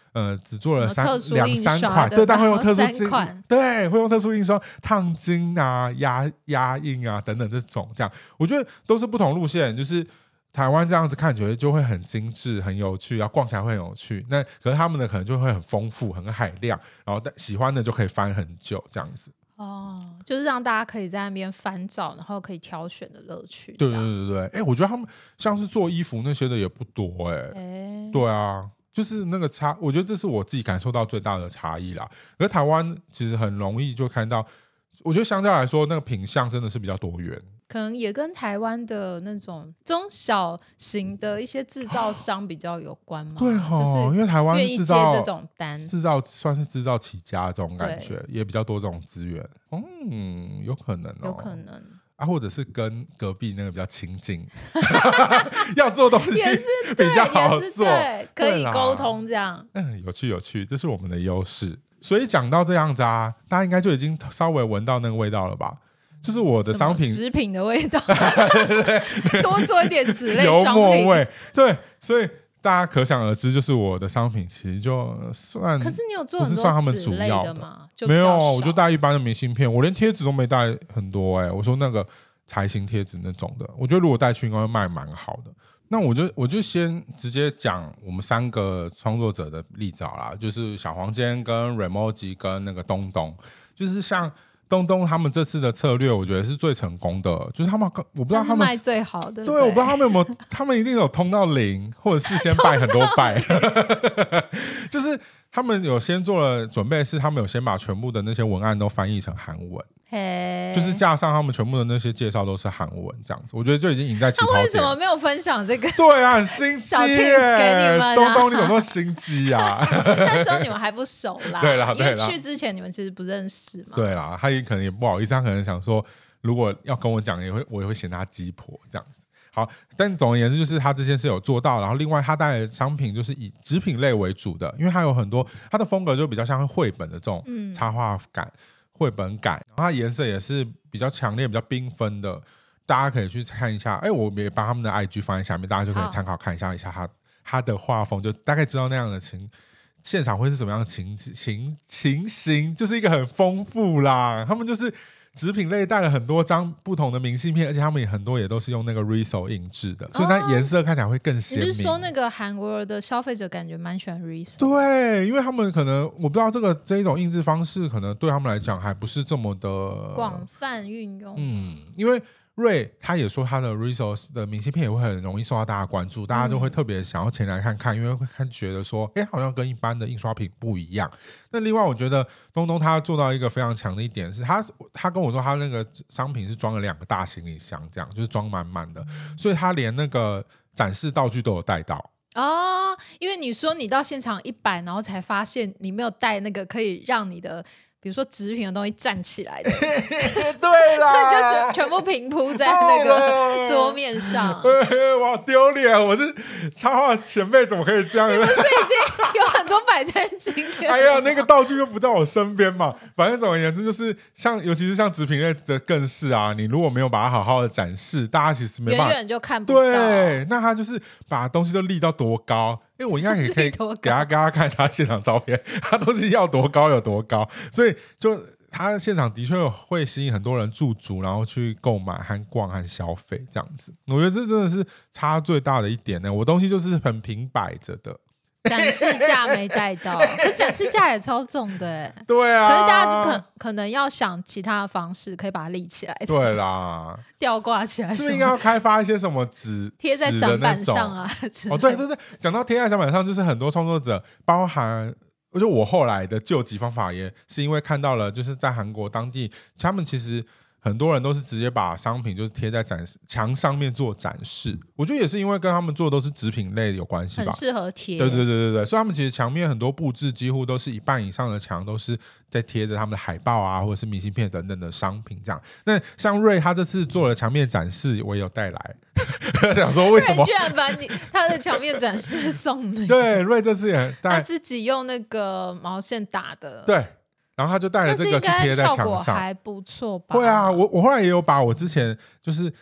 呃，只做了三特殊两印刷的三块，对，但会用特殊金三款， 对，会用特殊印刷、烫金啊、压压印啊等等这种，这样我觉得都是不同路线，就是台湾这样子看起来就会很精致、很有趣，然后逛起来会很有趣。那可是他们的可能就会很丰富、很海量，然后喜欢的就可以翻很久这样子。 哦，就是让大家可以在那边翻照，然后可以挑选的乐趣。 对对对对，哎、欸，我觉得他们像是做衣服那些的也不多、欸，哎、欸，对啊，就是那个差，我觉得这是我自己感受到最大的差异啦。而台湾其实很容易就看到，我觉得相较来说，那个品相真的是比较多元。 可能也跟台湾的那种中小型的一些制造商比较有关嘛。 对哈、 就是因为台湾制造这种单， 制造算是制造起家这种感觉，也比较多这种资源。嗯，有可能哦， 有可能啊，或者是跟隔壁那个比较亲近，要做东西也是比较好做， 对，可以沟通这样。 嗯，有趣有趣，这是我们的优势。所以讲到这样子啊，大家应该就已经稍微闻到那个味道了吧？就是我的商品纸品的味道多做一点纸类商品油墨味，对，所以大家可想而知，就是我的商品其实就算， 可是你有做很不是算他们多主要的吗？ 没有，我就带一般的明信片，我连贴纸都没带很多哎、欸。我说那个财型贴纸那种的，我觉得如果带去应该会卖蛮好的。那我就我就先直接讲我们三个创作者的例子好啦，就是小黄间跟 Remoji 跟那个东东，就是像东东他们这次的策略，我觉得是最成功的，就是他们我不知道他们卖最好的，对， 对，我不知道他们有没有，他们一定有通到零，或者事先拜很多拜，就是他们有先做了准备，是他们有先把全部的那些文案都翻译成韩文。就是架上他们全部的那些介绍都是韩文这样子，我觉得就已经赢在起跑点。 他为什么没有分享这个？ 对啊，很心机耶！ 小 tips 给你们、啊， 东东你有没有心机啊？ 那时候你们还不熟啦， 对啦，对啦，因为去之前你们其实不认识嘛。 对啦，他也可能也不好意思，他可能想说，如果要跟我讲，也会我也会嫌他鸡婆这样子。好，但总而言之，就是他这件事有做到，然后另外他带的商品就是以纸品类为主的，因为他有很多他的风格就比较像绘本的这种插画感。嗯绘本感，然后它颜色也是比较强烈、比较缤纷的，大家可以去看一下。哎，我也把他们的 I G 放在下面，大家就可以参考看一下一下他他的画风，就大概知道那样的情现场会是什么样的情情情形，就是一个很丰富啦。他们就是纸品类带了很多张不同的明信片，而且他们也很多也都是用那个 Riso 印制的，所以它颜色看起来会更鲜明。 你是说那个韩国的消费者感觉蛮喜欢 Riso？ 对，因为他们可能我不知道这个这一种印制方式，可能对他们来讲还不是这么的广泛运用。 嗯，因为瑞他也说他的 Resource 的明信片也会很容易受到大家关注，大家就会特别想要前来看看，因为会看觉得说，哎，好像跟一般的印刷品不一样。那另外，我觉得东东他做到一个非常强的一点是他，他跟我说他那个商品是装了两个大行李箱，这样就是装满满的，所以他连那个展示道具都有带到。 哦，因为你说你到现场一摆，然后才发现你没有带那个可以让你的。比如说纸品的东西站起来的， 对啦， 所以就是全部平铺在那个桌面上。 我好丢脸，我是插画前辈，怎么可以这样？ 你不是已经有很多摆摊经验？ 哎呀，那个道具又不在我身边嘛。反正总而言之，就是像，尤其是像纸品类的更是啊，你如果没有把它好好的展示，大家其实没办法， 远远就看不到。 对，那他就是把东西都立到多高。因为我应该也可以给他给他看他现场照片，他东西要多高有多高，所以就他现场的确会吸引很多人驻足，然后去购买和逛和消费这样子。我觉得这真的是差最大的一点呢。我东西就是很平摆着的， 展示架没带到，可展示架也超重的哎。 对啊， 可是大家就可可能要想其他的方式，可以把它立起来。 对啦， 吊挂起来， 是不是应该要开发一些什么纸贴在展板上啊？ 哦，对对对，讲到贴在展板上，就是很多创作者，包含。就我后来的救急方法也是因为看到了，就是在韩国当地，他们其实很多人都是直接把商品就是贴在展示墙上面做展示。我觉得也是因为跟他们做的都是纸品类有关系吧， 很适合贴。 对对对对对，所以他们其实墙面很多布置几乎都是一半以上的墙都是在贴着他们的海报啊，或者是明信片等等的商品这样。那像瑞他这次做了墙面展示，我也有带来，想说为什么居然把你他的墙面展示送你？ 对，瑞这次也带他自己用那个毛线打的， 对。然后他就带了这个去贴在墙上， 效果还不错吧？ 会啊，我我后来也有把我之前就是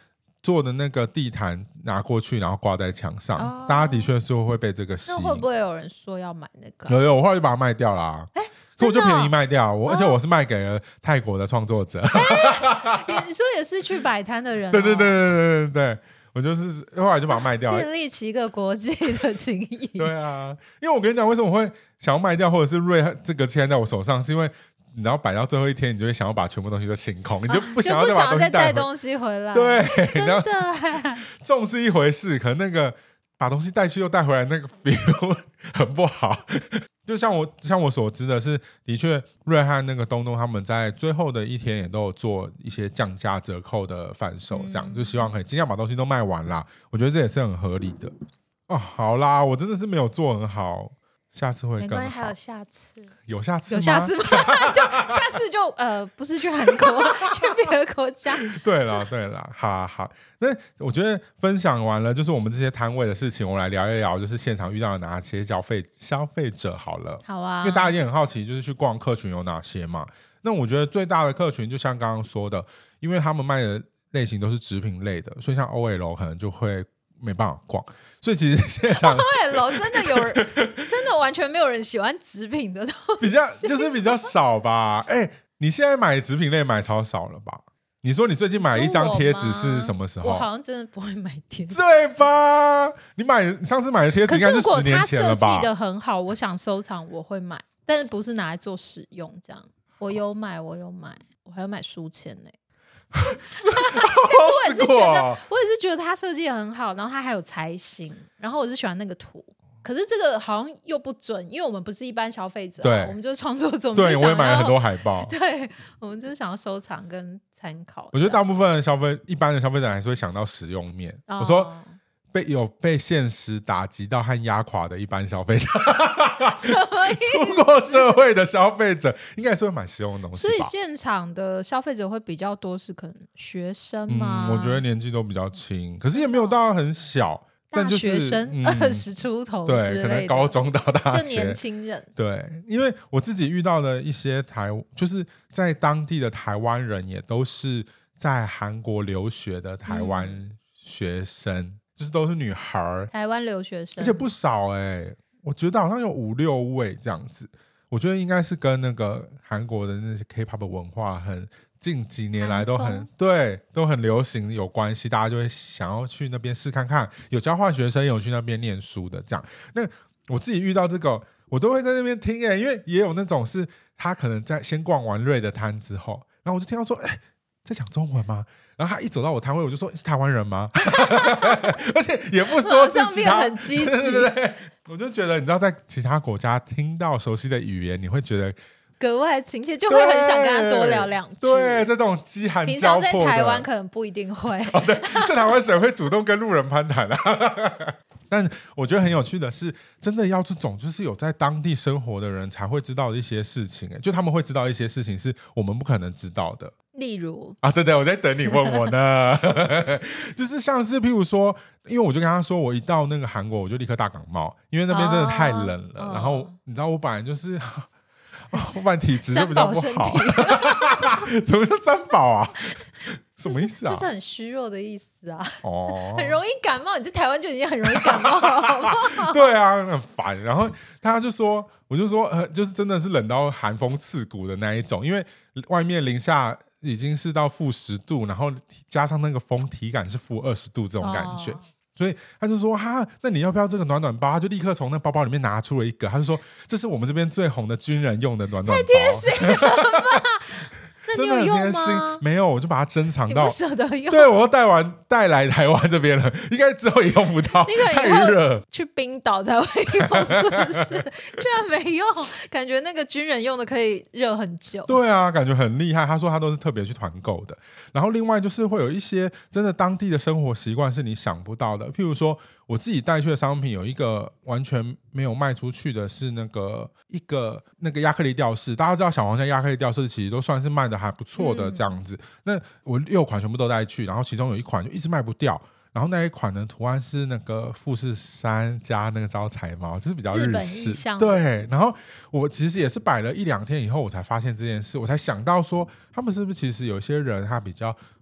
做的那个地毯拿过去，然后挂在墙上，哦、大家的确是会被这个吸引。 那会不会有人说要买那个？ 有有，我后来就把它卖掉了、啊。哎。可我就便宜卖掉，我、哦、而且我是卖给了泰国的创作者。 欸、你说也是去摆摊的人、哦？ 对对对对对对对，我就是后来就把它卖掉， 建立起一个国际的情谊。 对啊，因为我跟你讲，为什么我会想要卖掉，或者是瑞这个现在在我手上，是因为你要摆到最后一天，你就会想要把全部东西都清空，你就不想要再把东西带东西回来。 对， 真的， 重是一回事，可能那个把东西带去又带回来，那个 feel 很不好。就像我像我所知的是，的确瑞和那个东东他们在最后的一天也都有做一些降价折扣的贩售，这样、嗯、就希望可以尽量把东西都卖完啦。我觉得这也是很合理的。哦，好啦，我真的是没有做很好，下次会更好。 没关系，还有下次。 有下次吗？ 有下次吗？就下次就呃，不是去韩国，去别的国家。 对了对了，好好。那我觉得分享完了，就是我们这些摊位的事情，我们来聊一聊，就是现场遇到了哪些消费消费者好了。 好啊， 因为大家也很好奇，就是去逛客群有哪些嘛。那我觉得最大的客群，就像刚刚说的，因为他们卖的类型都是纸品类的，所以像 O L 可能就会没办法逛，所以其实现场 O L 真的有人，真的完全没有人喜欢纸品的东西， 比较就是比较少吧。哎、欸，你现在买纸品类买超少了吧？你说你最近买一张贴纸是什么时候？ 我好像真的不会买贴纸， 对吧？你买你上次买的贴纸应该是十年前了吧？ 可是如果它设计的很好，我想收藏我会买，但是不是拿来做使用这样。我有买，我有买，我还有买书签呢、欸。但是我也是觉得，我也是觉得它设计很好，然后它还有裁型，然后我是喜欢那个图。可是这个好像又不准，因为我们不是一般消费者、啊，对，我们就是创作者。 对，我也买了很多海报。 对，我们就是想要收藏跟参考。 我觉得大部分的消费，一般的消费者还是会想到实用面。哦、我说被有被现实打击到和压垮的一般消费者， 什么意思？ 出过社会的消费者应该是会买实用的东西吧。 所以现场的消费者会比较多，是可能学生吗？ 嗯，我觉得年纪都比较轻，可是也没有到很小。但就是、 大学生二十、嗯、出头之类的， 对，可能高中到大学， 就年轻人。 对，因为我自己遇到的一些台，就是在当地的台湾人，也都是在韩国留学的台湾学生，嗯、就是都是女孩， 台湾留学生， 而且不少哎、欸，我觉得好像有五六位这样子。我觉得应该是跟那个韩国的那些 K-pop 文化很。近几年来都很对，都很流行有关系，大家就会想要去那边试看看。有交换学生，有去那边念书的这样。那我自己遇到这个，我都会在那边听哎、欸，因为也有那种是他可能在先逛完瑞的摊之后，然后我就听到说，哎、欸，在讲中文吗？然后他一走到我摊位，我就说是台湾人吗？而且也不说是其他， 很积极， 对对对，我就觉得你知道，在其他国家听到熟悉的语言，你会觉得。 格外亲切，就会很想跟他多聊两句。 对，这种饥寒交迫的， 平常在台湾可能不一定会。 哦、对，在台湾谁会主动跟路人攀谈啊？但我觉得很有趣的是，真的要这种就是有在当地生活的人才会知道的一些事情，就他们会知道一些事情是我们不可能知道的。 例如啊，对对，我在等你问我呢。就是像是譬如说，因为我就跟他说，我一到那个韩国，我就立刻大感冒，因为那边真的太冷了。哦、然后你知道，我本来就是。哦、我本来体质就比较不好，什么叫三宝啊？什么意思啊？ 就是很虚弱的意思啊。 哦， 很容易感冒，你在台湾就已经很容易感冒了，好不好？ 对啊，很烦。然后他就说，我就说，呃，就是真的是冷到寒风刺骨的那一种，因为外面零下已经是到负十度，然后加上那个风，体感是负二十度这种感觉。哦，所以他就说哈，那你要不要这个暖暖包？他就立刻从那包包里面拿出了一个，他就说这是我们这边最红的军人用的暖暖包。太贴心了吧？那你有用吗？ 没有，我就把它珍藏到。 你不舍得用？ 对，我都带完带来台湾这边了，应该之后也用不到。 你可能以后去冰岛才会用，是不是？居然没用，感觉那个军人用的可以热很久。 对啊，感觉很厉害。他说他都是特别去团购的。然后另外就是会有一些真的当地的生活习惯是你想不到的，譬如说我自己带去的商品有一个完全没有卖出去的是那个一个那个亚克力吊饰。大家知道小黄家亚克力吊饰其实都算是卖的还不错的这样子。嗯、那我六款全部都带去，然后其中有一款就一直卖不掉。然后那一款呢，图案是那个富士山加那个招财猫，就是比较日式。对，然后我其实也是摆了一两天以后，我才发现这件事，我才想到说，他们是不是其实有些人他比较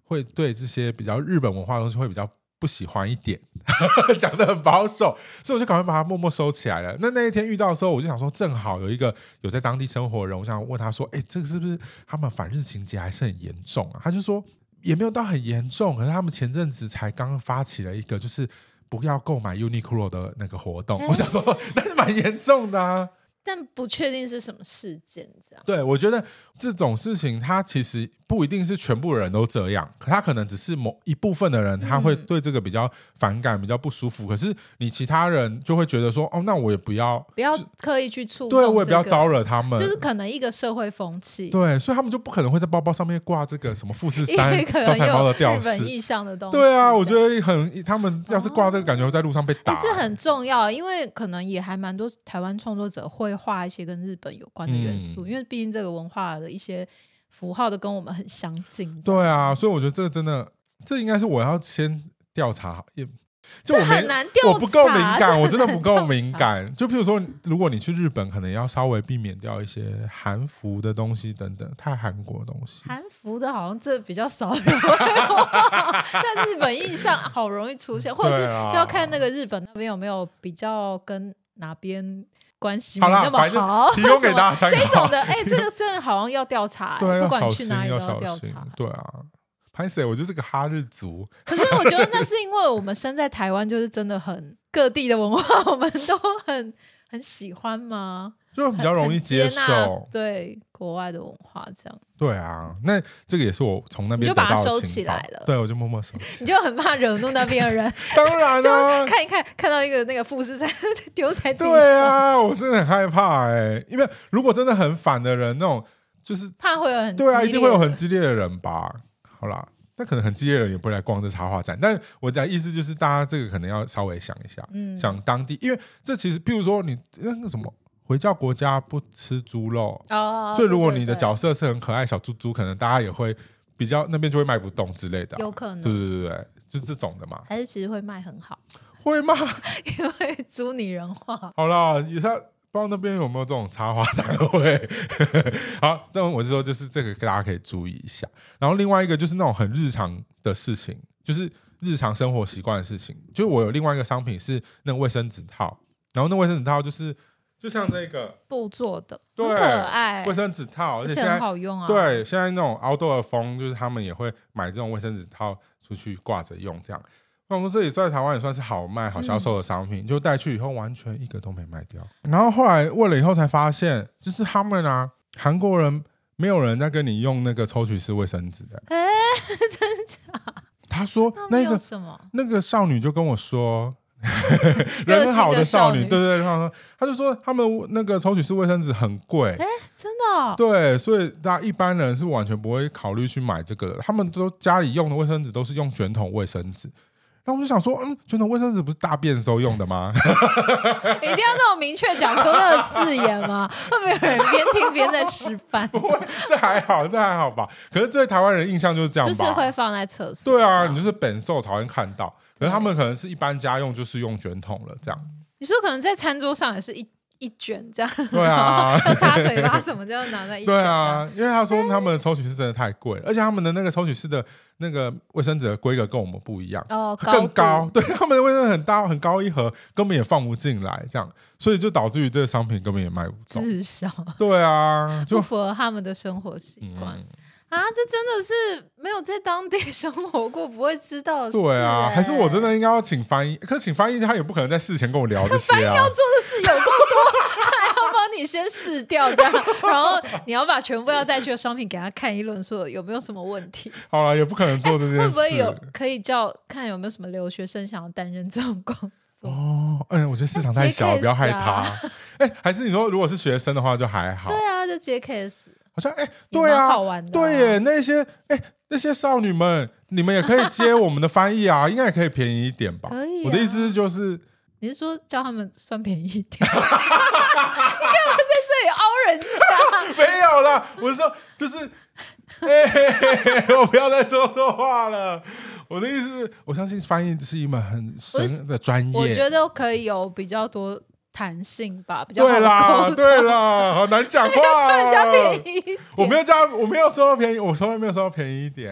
会对这些比较日本文化的东西会比较不喜欢一点讲得很保守，所以我就赶快把它默默收起来了。那那一天遇到的时候，我就想说正好有一个有在当地生活的人，我想问他说哎、欸，这个是不是他们反日情节还是很严重啊？他就说也没有到很严重，可是他们前阵子才刚发起了一个就是不要购买 Uniqlo 的那个活动、欸、我想说那是蛮严重的啊， 但不确定是什么事件这样。 对，我觉得这种事情它其实不一定是全部的人都这样，可他可能只是某一部分的人他会对这个比较反感、嗯、比较不舒服，可是你其他人就会觉得说哦，那我也不要不要刻意去触碰、 这个、对，我也不要招惹他们， 就是可能一个社会风气。 对，所以他们就不可能会在包包上面挂这个什么富士山招财猫的吊饰， 日本意象的东西。 对啊，我觉得很他们要是挂这个感觉会在路上被打、欸欸、这很重要，因为可能也还蛮多台湾创作者会画一些跟日本有关的元素、嗯、因为毕竟这个文化的一些符号都跟我们很相近。 对啊，所以我觉得这个真的这应该是我要先调查，也就我这很难调查， 我不够敏感，我真的不够敏感。就譬如说如果你去日本可能要稍微避免掉一些韩服的东西等等，太韩国的东西。 韩服的好像这比较少人会画但日本印象好容易出现，或者是就要看那个日本那边有没有比较跟哪边关系没那么好， 提供给大家参考。 这种的，哎、欸，这个真的好像要调查、欸， 对， 不管去哪里都要调查。 对啊，拍谁？我就是个哈日族。 可是我觉得那是因为我们生在台湾，就是真的很各地的文化，我们都很很喜欢吗？ 就比较容易接受对国外的文化这样。 对啊，那这个也是我从那边得到的，你就把它收起来了。 对，我就默默收起来。 你就很怕惹怒那边的人。 当然了、啊， 就看一看看到一个那个富士山丢在地上。 对啊，我真的很害怕哎、欸，因为如果真的很反的人，那种就是怕会有很对啊，一定会有很激烈的人吧。好啦，那可能很激烈的人也不会来逛这插画展，但我的意思就是大家这个可能要稍微想一下，嗯，想当地，因为这其实譬如说你那个什么回教国家不吃猪肉、哦、所以如果你的角色是很可爱小猪猪，可能大家也会比较那边就会卖不动之类的、啊、 有可能， 对对对对，就是这种的嘛。 还是其实会卖很好？ 会吗？ 因为猪拟人化。 好啦，也是不知道那边有没有这种插画展会好，但我是说就是这个大家可以注意一下。然后另外一个就是那种很日常的事情，就是日常生活习惯的事情，就是我有另外一个商品是那个卫生纸套，然后那卫生纸套就是就像这个布做的，很可爱， 卫生纸套，而且现在很好用啊。 对，现在那种 outdoor 的风，就是他们也会买这种卫生纸套出去挂着用，这样。那我说这里在台湾也算是好卖、好销售的商品，嗯、就带去以后完全一个都没卖掉。然后后来问了以后才发现，就是他们啊，韩国人没有人在跟你用那个抽取式卫生纸的。 哎、欸，真假？ 他说那个什么那个少女就跟我说。人很好的少女，对对对，他说，他就说他们那个抽取式卫生纸很贵， 哎、欸，真的、哦， 对，所以大家一般人是完全不会考虑去买这个的，他们都家里用的卫生纸都是用卷筒卫生纸。然后我就想说，嗯，卷筒卫生纸不是大便的时候用的吗？ 一定要那种明确讲出那个字眼吗？会不会有人边听边在吃饭？ 不会，这还好，这还好吧。可是对台湾人印象就是这样吧， 就是会放在厕所。 对啊，你就是本寿才会看到。可是他们可能是一般家用，就是用卷筒了这样。 你说可能在餐桌上也是一一卷这样， 对啊， 要擦嘴巴什么这样拿在一卷。 对啊，因为他说他们的抽取式真的太贵了，而且他们的那个抽取式的那个卫生纸的规格跟我们不一样， 哦， 更高。对，他们的卫生纸很大很高一盒，根本也放不进来，这样，所以就导致于这个商品根本也卖不动。 至少对啊，就不符合他们的生活习惯。嗯啊，这真的是没有在当地生活过不会知道的事、欸。 对啊，还是我真的应该要请翻译？可是请翻译他也不可能在事前跟我聊这些啊。 翻译要做的事有够多，还要帮你先试掉这样，然后你要把全部要带去的商品给他看一轮，说有没有什么问题。 好了，也不可能做这件事。 欸、会不会有可以叫看有没有什么留学生想要担任这种工作？ 哦，哎、欸，我觉得市场太小，啊、不要害他。哎、欸，还是你说如果是学生的话就还好。 对啊，就接 case。 好像哎、欸，对啊， 好玩的啊、 对耶，那些哎、欸、那些少女们，你们也可以接我们的翻译啊，应该也可以便宜一点吧？ 可以、啊。 我的意思就是， 你是说叫他们算便宜一点？你干嘛在这里凹人家？ 没有啦，我是说，就是，哎、欸，我不要再说错话了。我的意思是，我相信翻译是一门很深的专业， 我觉得可以有比较多。弹性吧，比较好对啦，对啦，好难讲话、啊。 叫人家便宜， 我没有叫，我没有说便宜，我从来没有说便宜一点。我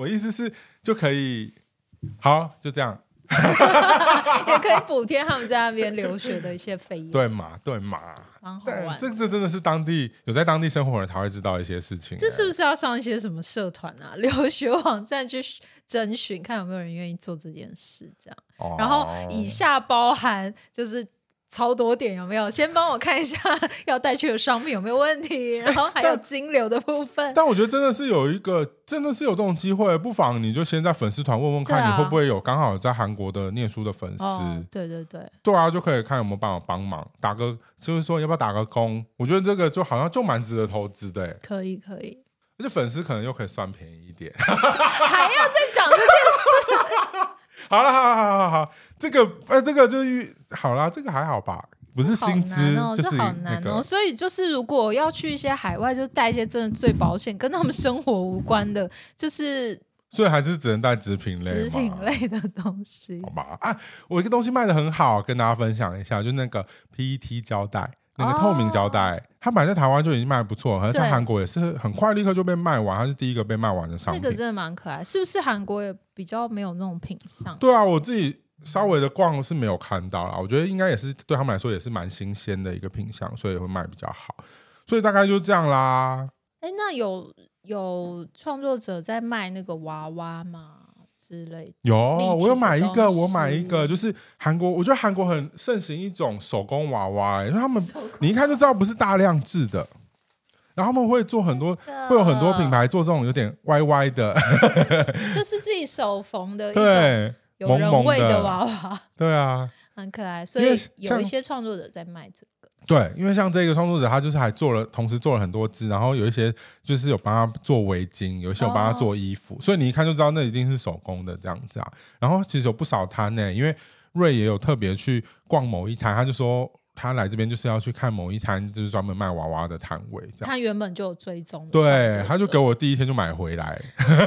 我意思是就可以好就这样也可以补贴他们在那边留学的一些费用。 对嘛对嘛， 蛮好玩的。 这这真的是当地有在当地生活的人才会知道一些事情。 这是不是要上一些什么社团啊、留学网站去征询，看有没有人愿意做这件事？这样，哦、然后以下包含就是超多点有没有？先帮我看一下要带去的商品有没有问题，然后还有金流的部分。但, 但我觉得真的是有一个，真的是有这种机会，不妨你就先在粉丝团问问看，你会不会有刚好在韩国的念书的粉丝、哦？对对对，对啊，就可以看有没有办法帮忙，打个就是说要不要打个工？我觉得这个就好像就蛮值得投资的。可以可以，而且粉丝可能又可以算便宜一点， 还要再讲这件事。 好了，好好好好好，这个呃，这个就是好啦，这个还好吧，不是薪资， 哦、 就是、那個、 好难哦。所以就是如果要去一些海外，就带一些真的最保险、跟他们生活无关的，就是所以还是只能带纸品类、 纸品类的东西， 好吧？啊，我一个东西卖得很好，跟大家分享一下，就那个 P E T 胶带。那个透明胶带、哦，它本来在台湾就已经卖得不错，而在韩国也是很快立刻就被卖完，它是第一个被卖完的商品。 那个真的蛮可爱，是不是韩国也比较没有那种品相？ 对啊，我自己稍微的逛是没有看到啦，我觉得应该也是对他们来说也是蛮新鲜的一个品相，所以会卖比较好。所以大概就这样啦。 哎，那有有创作者在卖那个娃娃吗？之类的有，我有买一个，我买一个，就是韩国，我觉得韩国很盛行一种手工娃娃、欸，因为他们你一看就知道不是大量制的，然后他们会做很多，会有很多品牌做这种有点歪歪的， 就是自己手缝的一种有人味的娃娃， 对啊， 很可爱，所以有一些创作者在卖这个。 对，因为像这个创作者，他就是还做了，同时做了很多支，然后有一些就是有帮他做围巾，有一些有帮他做衣服，哦、所以你一看就知道那一定是手工的这样子啊。然后其实有不少摊呢、欸，因为瑞也有特别去逛某一摊，他就说他来这边就是要去看某一摊，就是专门卖娃娃的摊位。 他原本就有追踪， 对，他就给我第一天就买回来，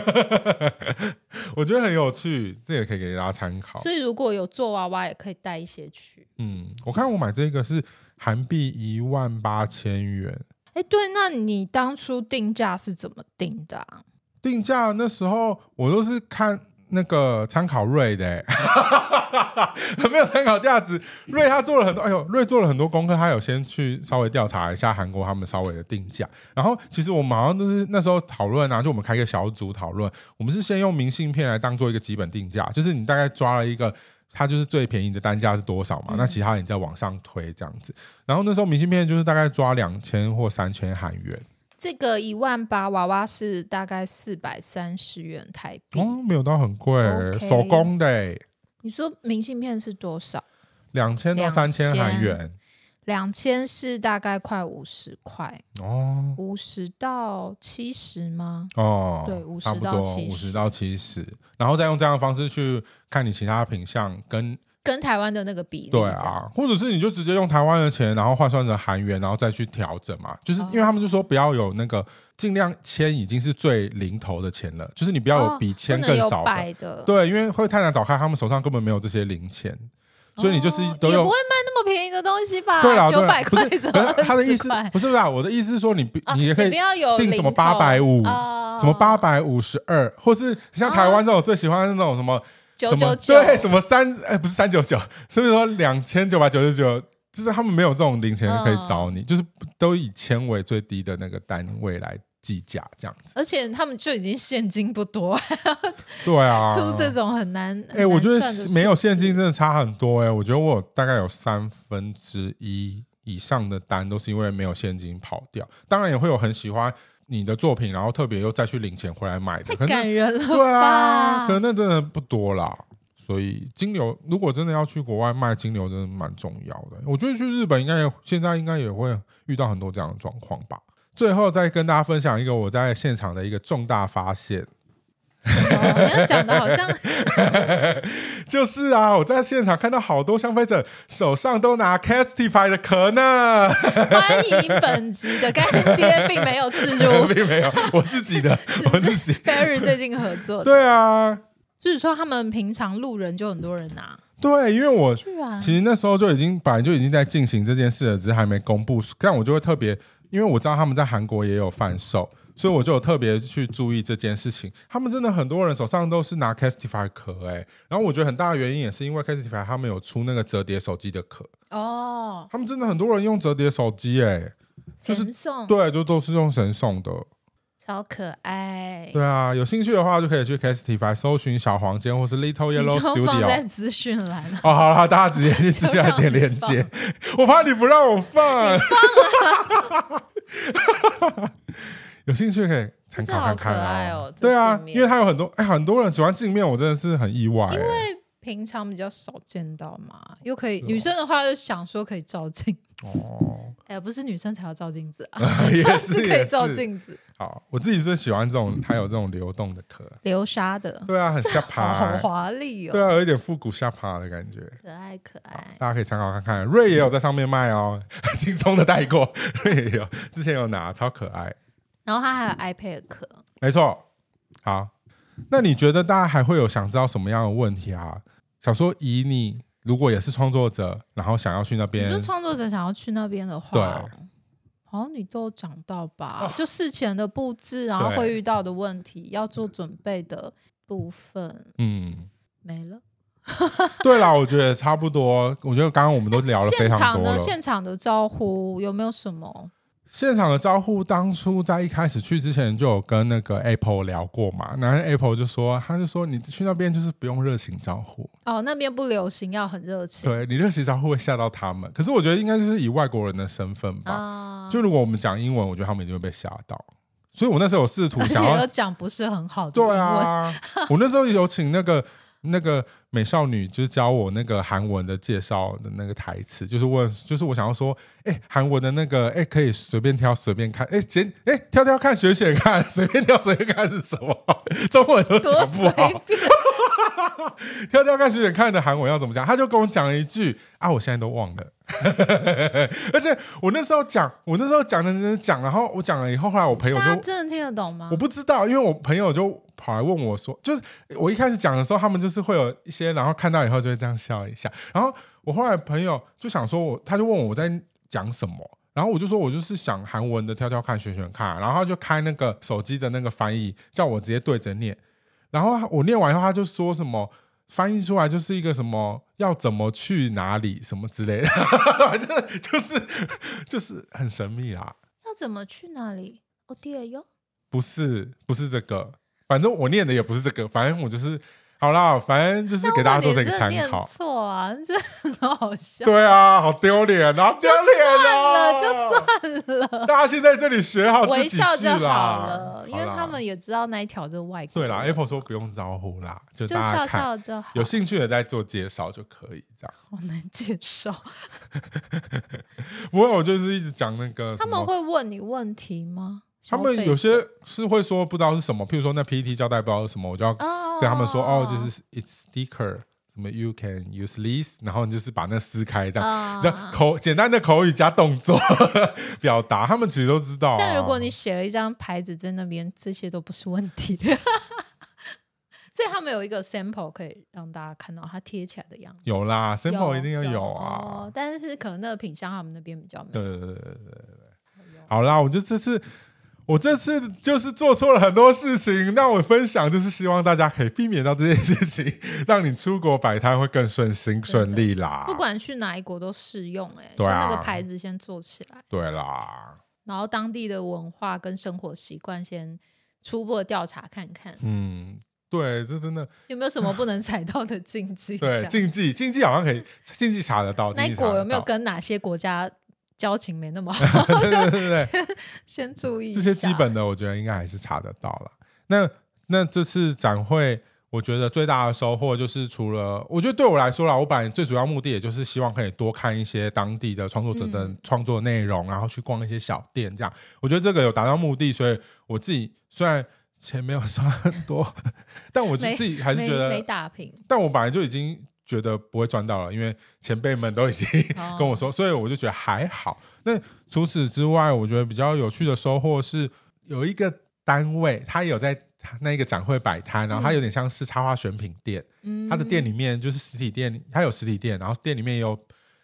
我觉得很有趣，这也可以给大家参考。 所以如果有做娃娃，也可以带一些去。 嗯，我看我买这个是韩币一万八千元。 哎，对，那你当初定价是怎么定的啊？ 定价那时候我都是看那个参考瑞的、欸，很没有参考价值。瑞他做了很多，哎呦，瑞做了很多功课，他有先去稍微调查一下韩国他们稍微的定价。然后其实我们好像都是那时候讨论啊，就我们开一个小组讨论，我们是先用明信片来当做一个基本定价，就是你大概抓了一个。它就是最便宜的单价是多少嘛、嗯、那其他你再往上推这样子，然后那时候明信片就是大概抓两千或三千韩元。 这个一万八娃娃是大概四百三十元台币、 哦、没有到很贵、 okay、 手工的、欸、 你说明信片是多少？ 两千到三千韩元。 两千是大概快五十块哦， 五十到七十吗？ 哦， 对，五十到七十， 五十到七十，然后再用这样的方式去看你其他的品项跟跟台湾的那个比例， 对啊，或者是你就直接用台湾的钱，然后换算成韩元，然后再去调整嘛。就是因为他们就说不要有那个尽量签已经是最零头的钱了，就是你不要有比签更少 的,、哦、 不能有百的， 对，因为会太难找开，他们手上根本没有这些零钱。所以你就是都用、 哦、也不会卖那么便宜的东西吧？ 对啦， 九百块怎么二十块？ 他的意思不是吧？我的意思是说你， 啊、 你也可以定什么八百五，什么八百五十二，或是像台湾这种最喜欢的那种什么九九九， 对，什么三哎不是三九九，是不是说两千九百九十九？就是他们没有这种零钱可以找你，嗯、就是都以千为最低的那个单位来计价这样子， 而且他们就已经现金不多， 对啊， 出这种很难。 哎、欸，我觉得没有现金真的差很多哎、欸。我觉得我大概有三分之一以上的单都是因为没有现金跑掉。当然也会有很喜欢你的作品，然后特别又再去领钱回来买的， 太感人了吧？ 对啊，可能那真的不多啦。所以金流如果真的要去国外卖，金流真的蛮重要的。我觉得去日本应该也现在应该也会遇到很多这样的状况吧。最后再跟大家分享一个我在现场的一个重大发现。 什么？你要讲的好像就是啊，我在现场看到好多消费者手上都拿 Castify 的壳呢。 欢迎本集的干爹并没有置入并没有，我自己的我自己 Barry 最近合作的。 对啊， 就是说他们平常路人就很多人拿。 对，因为我其实那时候就已经本来就已经在进行这件事了，只是还没公布，但我就会特别，因为我知道他们在韩国也有贩售， 所以我就有特别去注意这件事情。他们真的很多人手上都是拿 Casetify 壳欸，然后我觉得很大的原因也是因为 Casetify 他们有出那个折叠手机的壳哦，他们真的很多人用折叠手机欸，就是神送， 对，就都是用神送的， 超可爱。 对啊，有兴趣的话就可以去 Casetify 搜寻小黄间或是 Little 你 Yellow 就放 Studio 在资讯栏了。 哦，好了，大家直接去资讯栏点链接，我怕你不让我放。有兴趣可以参考看看、哦、 这好可爱哦。 对啊，因为它有很多哎，很多人喜欢镜面，我真的是很意外、欸， 因为平常比较少见到嘛，又可以、哦、女生的话就想说可以照镜子哦，哎，不是女生才要照镜子啊， 也是可以照镜子。 好，我自己最喜欢这种它有这种流动的壳， 流沙的， 对啊，很下趴、 欸，好华丽哦， 对啊，有一点复古下趴的感觉， 可爱可爱， 大家可以参考看看。瑞也有在上面卖哦，轻松的带过，瑞也有，之前有拿，超可爱。 然后它还有 iPad 壳， 没错。好，那你觉得大家还会有想知道什么样的问题啊？想说以你如果也是创作者，然后想要去那边， 你是创作者想要去那边的话， 对， 好像你都有讲到吧、哦？就事前的布置，然后会遇到的问题，要做准备的部分，嗯，没了。 对啦，我觉得差不多。我觉得刚刚我们都聊了非常多了。 现场的现场的招呼有没有什么？ 现场的招呼，当初在一开始去之前就有跟那个 Apple 聊过嘛，然后 Apple 就说，他就说你去那边就是不用热情招呼哦，那边不流行要很热情， 对，你热情招呼会吓到他们。可是我觉得应该就是以外国人的身份吧，啊、就如果我们讲英文，我觉得他们一定会被吓到。所以我那时候有试图想要讲不是很好的英文， 对啊，我那时候有请那个。那个美少女就是教我那个韩文的介绍的那个台词，就是问，就是我想要说，哎、欸，韩文的那个，哎、欸，可以随便挑随便看，哎、欸，简，哎、欸，挑挑看选选看，随便挑随便看是什么？中文都讲不好，挑挑看选选看的韩文要怎么讲？他就跟我讲了一句啊，我现在都忘了。而且我那时候讲，我那时候讲的讲，然后我讲了以后，后来我朋友就大家真的听得懂吗？ 我不知道，因为我朋友就跑来问我说，就是我一开始讲的时候，他们就是会有一些，然后看到以后就会这样笑一下。然后我后来朋友就想说我，他就问我我在讲什么，然后我就说我就是想韩文的挑挑看选选看，然后他就开那个手机的那个翻译，叫我直接对着念。然后我念完以后，他就说什么。翻译出来就是一个什么要怎么去哪里什么之类的，反正就是就是很神秘啦。 要怎么去哪里？哦，对哟， 不是不是这个，反正我念的也不是这个，反正我就是好啦，反正就是给大家做成一个参考。 错啊，这很好笑。 对啊，好丢脸啊，丢脸啊！ 就算了， 大家现在这里学好这几句啦， 微笑就好了，因为他们也知道那一条就是外国。 对啦 ，Apple 说不用招呼啦，就大家看，就笑笑就好。 有兴趣的再做介绍就可以，这样。 好难介绍。 不过我就是一直讲那个， 他们会问你问题吗？ 他们有些是会说不知道是什么，譬如说那 P P T 交代不知道是什么，我就要跟他们说哦，就是 it's sticker。什么 you can use this， 然后你就是把那撕开，这样，这样口简单的口语加动作表达，他们其实都知道、啊。 但如果你写了一张牌子在那边，这些都不是问题。所以他们有一个 sample 可以让大家看到它贴起来的样子。 有啦 ，sample 一定要有啊。有哦、但是可能那个品相他们那边比较没有。 对对对对对对。好啦，我就这次。我这次就是做错了很多事情，那我分享就是希望大家可以避免到这件事情，让你出国摆摊会更顺心顺利啦。 不管去哪一国都适用、欸，哎、 啊，就那个牌子先做起来。 对啦， 然后当地的文化跟生活习惯先初步的调查看看。 嗯，对，这真的有没有什么不能踩到的禁忌？ 对，禁忌禁忌好像可以，禁忌查得到。 那一国有没有跟哪些国家？交情没那么好， 对对对对， 先先注意一下这些基本的，我觉得应该还是查得到了。那那这次展会，我觉得最大的收获就是除了，我觉得对我来说啦，我本来最主要目的也就是希望可以多看一些当地的创作者的创作内容，嗯、然后去逛一些小店，这样，我觉得这个有达到目的，所以我自己虽然钱没有赚很多，但我自己还是觉得没打平， 但我本来就已经。觉得不会赚到了，因为前辈们都已经跟我说，所以我就觉得还好。那除此之外，我觉得比较有趣的收获是，有一个单位，他有在那个展会摆摊，然后它有点像是插画选品店，嗯、它的店里面就是实体店，它有实体店，然后店里面有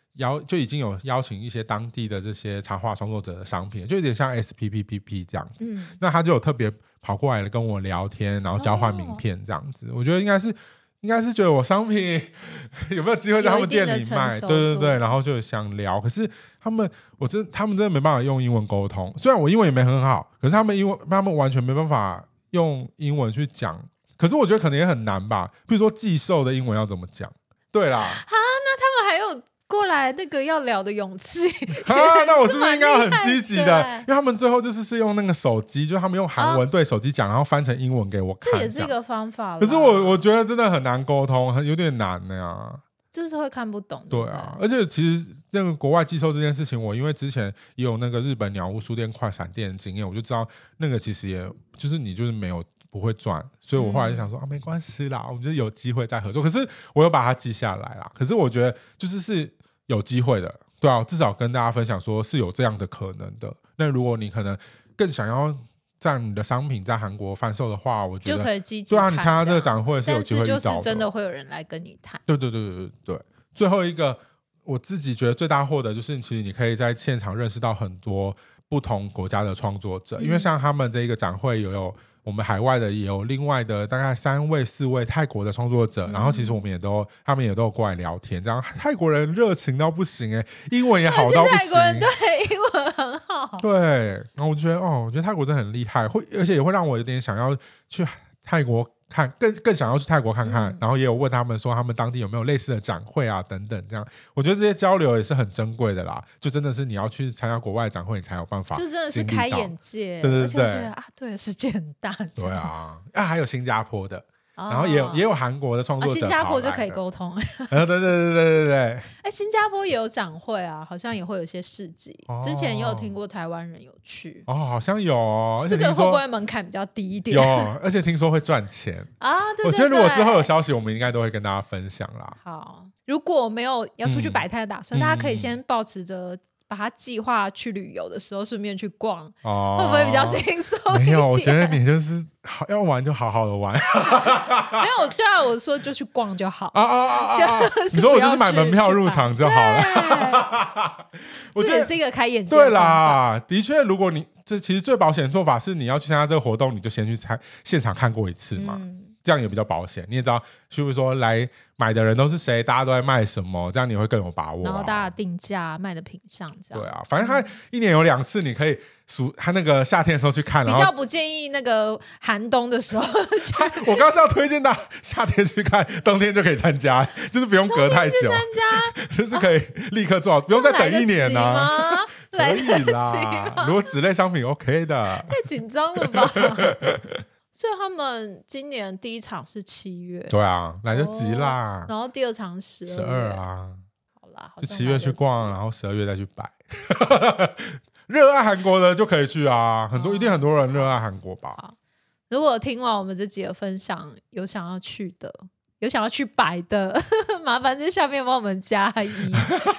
邀就已经有邀请一些当地的这些插画创作者的商品，就有点像 S P P P P 这样子、嗯、那他就有特别跑过来跟我聊天，然后交换名片这样子、哦、我觉得应该是应该是觉得我商品有没有机会在他们店里卖，对对对，然后就想聊，可是他们我真他们真的没办法用英文沟通，虽然我英文也没很好，可是他们英文他们完全没办法用英文去讲，可是我觉得可能也很难吧，比如说寄售的英文要怎么讲，对啦， 哈，那他们还有过来那个要聊的勇气啊，那我是不是应该要很积极的？因为他们最后就是是用那个手机，就是他们用韩文对手机讲、啊，然后翻成英文给我看， 这也是一个方法啦。 可是我我觉得真的很难沟通，很有点难的呀， 就是会看不懂。 对啊，而且其实那个国外寄售这件事情，我因为之前也有那个日本鸟屋书店快闪店的经验，我就知道那个其实也就是你就是没有。不会赚，所以我后来就想说、嗯、啊，没关系啦，我们就有机会再合作。可是我有把它记下来啦。可是我觉得就是是有机会的，对啊，至少跟大家分享说是有这样的可能的。那如果你可能更想要让你的商品在韩国贩售的话，我觉得就可以积极对啊，你参加这个展会是有机会遇到的， 但是就是真的会有人来跟你谈。 对对对对对对。最后一个，我自己觉得最大获得就是，其实你可以在现场认识到很多不同国家的创作者，嗯、因为像他们这一个展会有有。我们海外的也有另外的大概三位四位泰国的创作者、嗯、然后其实我们也都他们也都有过来聊天，这样泰国人热情到不行耶，英文也好到不行， 泰国人对英文很好， 对，然后我就觉得哦，我觉得泰国真的很厉害，会而且也会让我有点想要去泰国看，更更想要去泰国看看、嗯、然后也有问他们说他们当地有没有类似的展会啊等等，这样我觉得这些交流也是很珍贵的啦，就真的是你要去参加国外的展会你才有办法， 就真的是开眼界， 对对对， 而且我觉得啊，对，世界很大， 对啊，啊还有新加坡的。然后也有、哦、也有韩国的创作者、啊、 新加坡就可以沟通对对对对对对对， 哎，新加坡也有展会啊，好像也会有一些市集、哦、之前也有听过台湾人有去哦，好像有哦， 这个会不会门槛比较低一点？ 有，而且听说会赚钱啊，对对对， 我觉得如果之后有消息我们应该都会跟大家分享啦。 好，如果没有要出去摆摊的打算、嗯、大家可以先抱持着把它计划去旅游的时候顺便去逛、哦、会不会比较轻松一点？ 没有，我觉得你就是好要玩就好好的玩没有，对啊，我说就去逛就好啊啊啊啊就是你说我就是买门票入场就好了我觉得这也是一个开眼界对啦，的确如果你这其实最保险的做法是你要去参加这个活动你就先去参现场看过一次嘛、嗯，这样也比较保险，你也知道是不是说来买的人都是谁，大家都在卖什么，这样你会更有把握、啊、 然后大家的定价卖的品相这样， 对啊，反正他一年有两次你可以数他那个夏天的时候去看， 比较不建议那个寒冬的时候我刚刚是要推荐大家夏天去看，冬天就可以参加，就是不用隔太久参加就是可以立刻做好、哦、不用再等一年啊，可以啦，如果纸类商品 OK 的太紧张了吧所以他们今年第一场是七月， 对啊，来得及啦、哦、 然后第二场十十二啊， 好啦， 就七月去逛，然后十二月再去摆热爱韩国的就可以去啊，很多、哦、一定很多人热爱韩国吧。 好，如果听完我们这集的分享有想要去的有想要去摆的麻烦在下面帮我们加一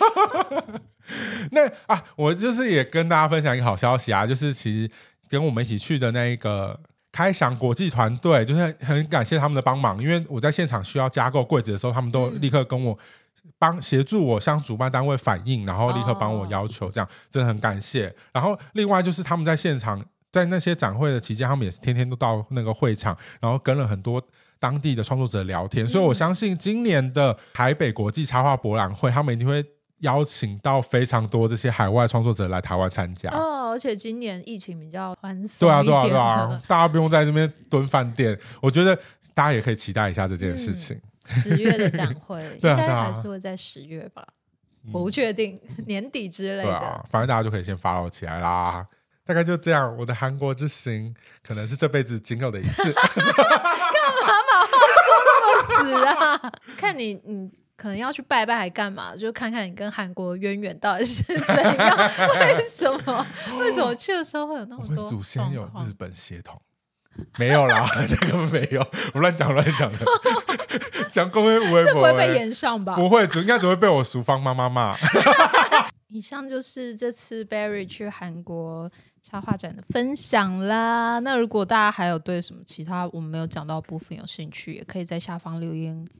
那啊，我就是也跟大家分享一个好消息啊，就是其实跟我们一起去的那一个开祥国际团队，就是很感谢他们的帮忙，因为我在现场需要加购柜子的时候他们都立刻跟我帮协助我向主办单位反映，然后立刻帮我要求，这样真的很感谢。然后另外就是他们在现场在那些展会的期间他们也是天天都到那个会场，然后跟了很多当地的创作者聊天，所以我相信今年的台北国际插画博览会他们一定会邀请到非常多这些海外创作者来台湾参加哦，而且今年疫情比较宽松一点， 对啊对啊对啊，大家不用在这边蹲饭店，我觉得大家也可以期待一下这件事情。 十、嗯、月的展会对、啊、 应该还是会在十月吧、嗯、我不确定，年底之类的、啊、 反正大家就可以先 follow 起来啦。大概就这样，我的韩国之行可能是这辈子仅有的一次干嘛把话说那么死啊看你你可能要去拜拜还干嘛，就看看你跟韩国渊源到底是怎样为什么为什么去的时候会有那么多， 我们祖先有日本血统没有啦那个没有，我乱讲乱讲的讲公会无微博， 这不会被延上吧？ 不会，应该只会被我淑芳妈妈骂以上就是这次 Barry 去韩国插画展的分享啦。那如果大家还有对什么其他我们没有讲到的部分有兴趣，也可以在下方留言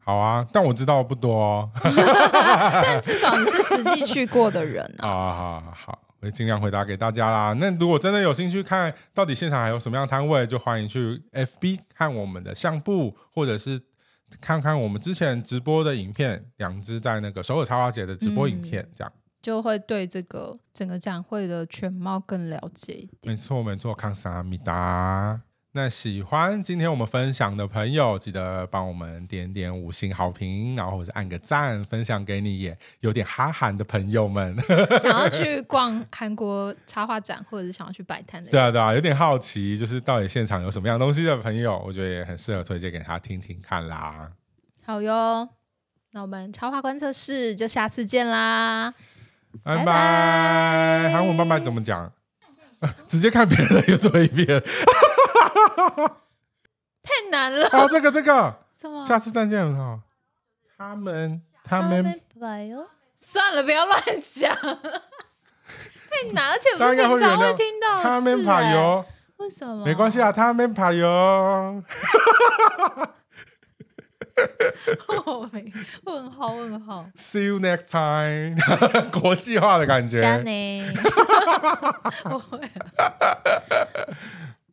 好啊，但我知道不多哦。 但至少你是实际去过的人啊。 好好好，我会尽量回答给大家啦。那如果真的有兴趣看到底现场还有什么样的摊位，就欢迎去 F B 看我们的相簿，或者是看看我们之前直播的影片，两支在那个首尔插花节的直播影片，嗯、这样就会对这个整个展会的全貌更了解一点。 没错没错，康萨米达。那喜欢今天我们分享的朋友，记得帮我们点点五星好评，然后或者按个赞，分享给你也有点哈韩的朋友们。 想要去逛韩国插画展，或者是想要去摆摊的人， 对啊对啊，有点好奇，就是到底现场有什么样东西的朋友，我觉得也很适合推荐给他听听看啦。 好哟，那我们插画观测室就下次见啦， 拜拜。韩文拜拜怎么讲？直接看别人的又对一遍。 太难了。 哦，这个这个什么？ 下次再见哦。他们他们算了，不要乱讲。太难，而且我们平常会听到。 他们排油， 为什么？ 没关系啊，他们排油。 问号问号 See you next time 国际化的感觉。 加内。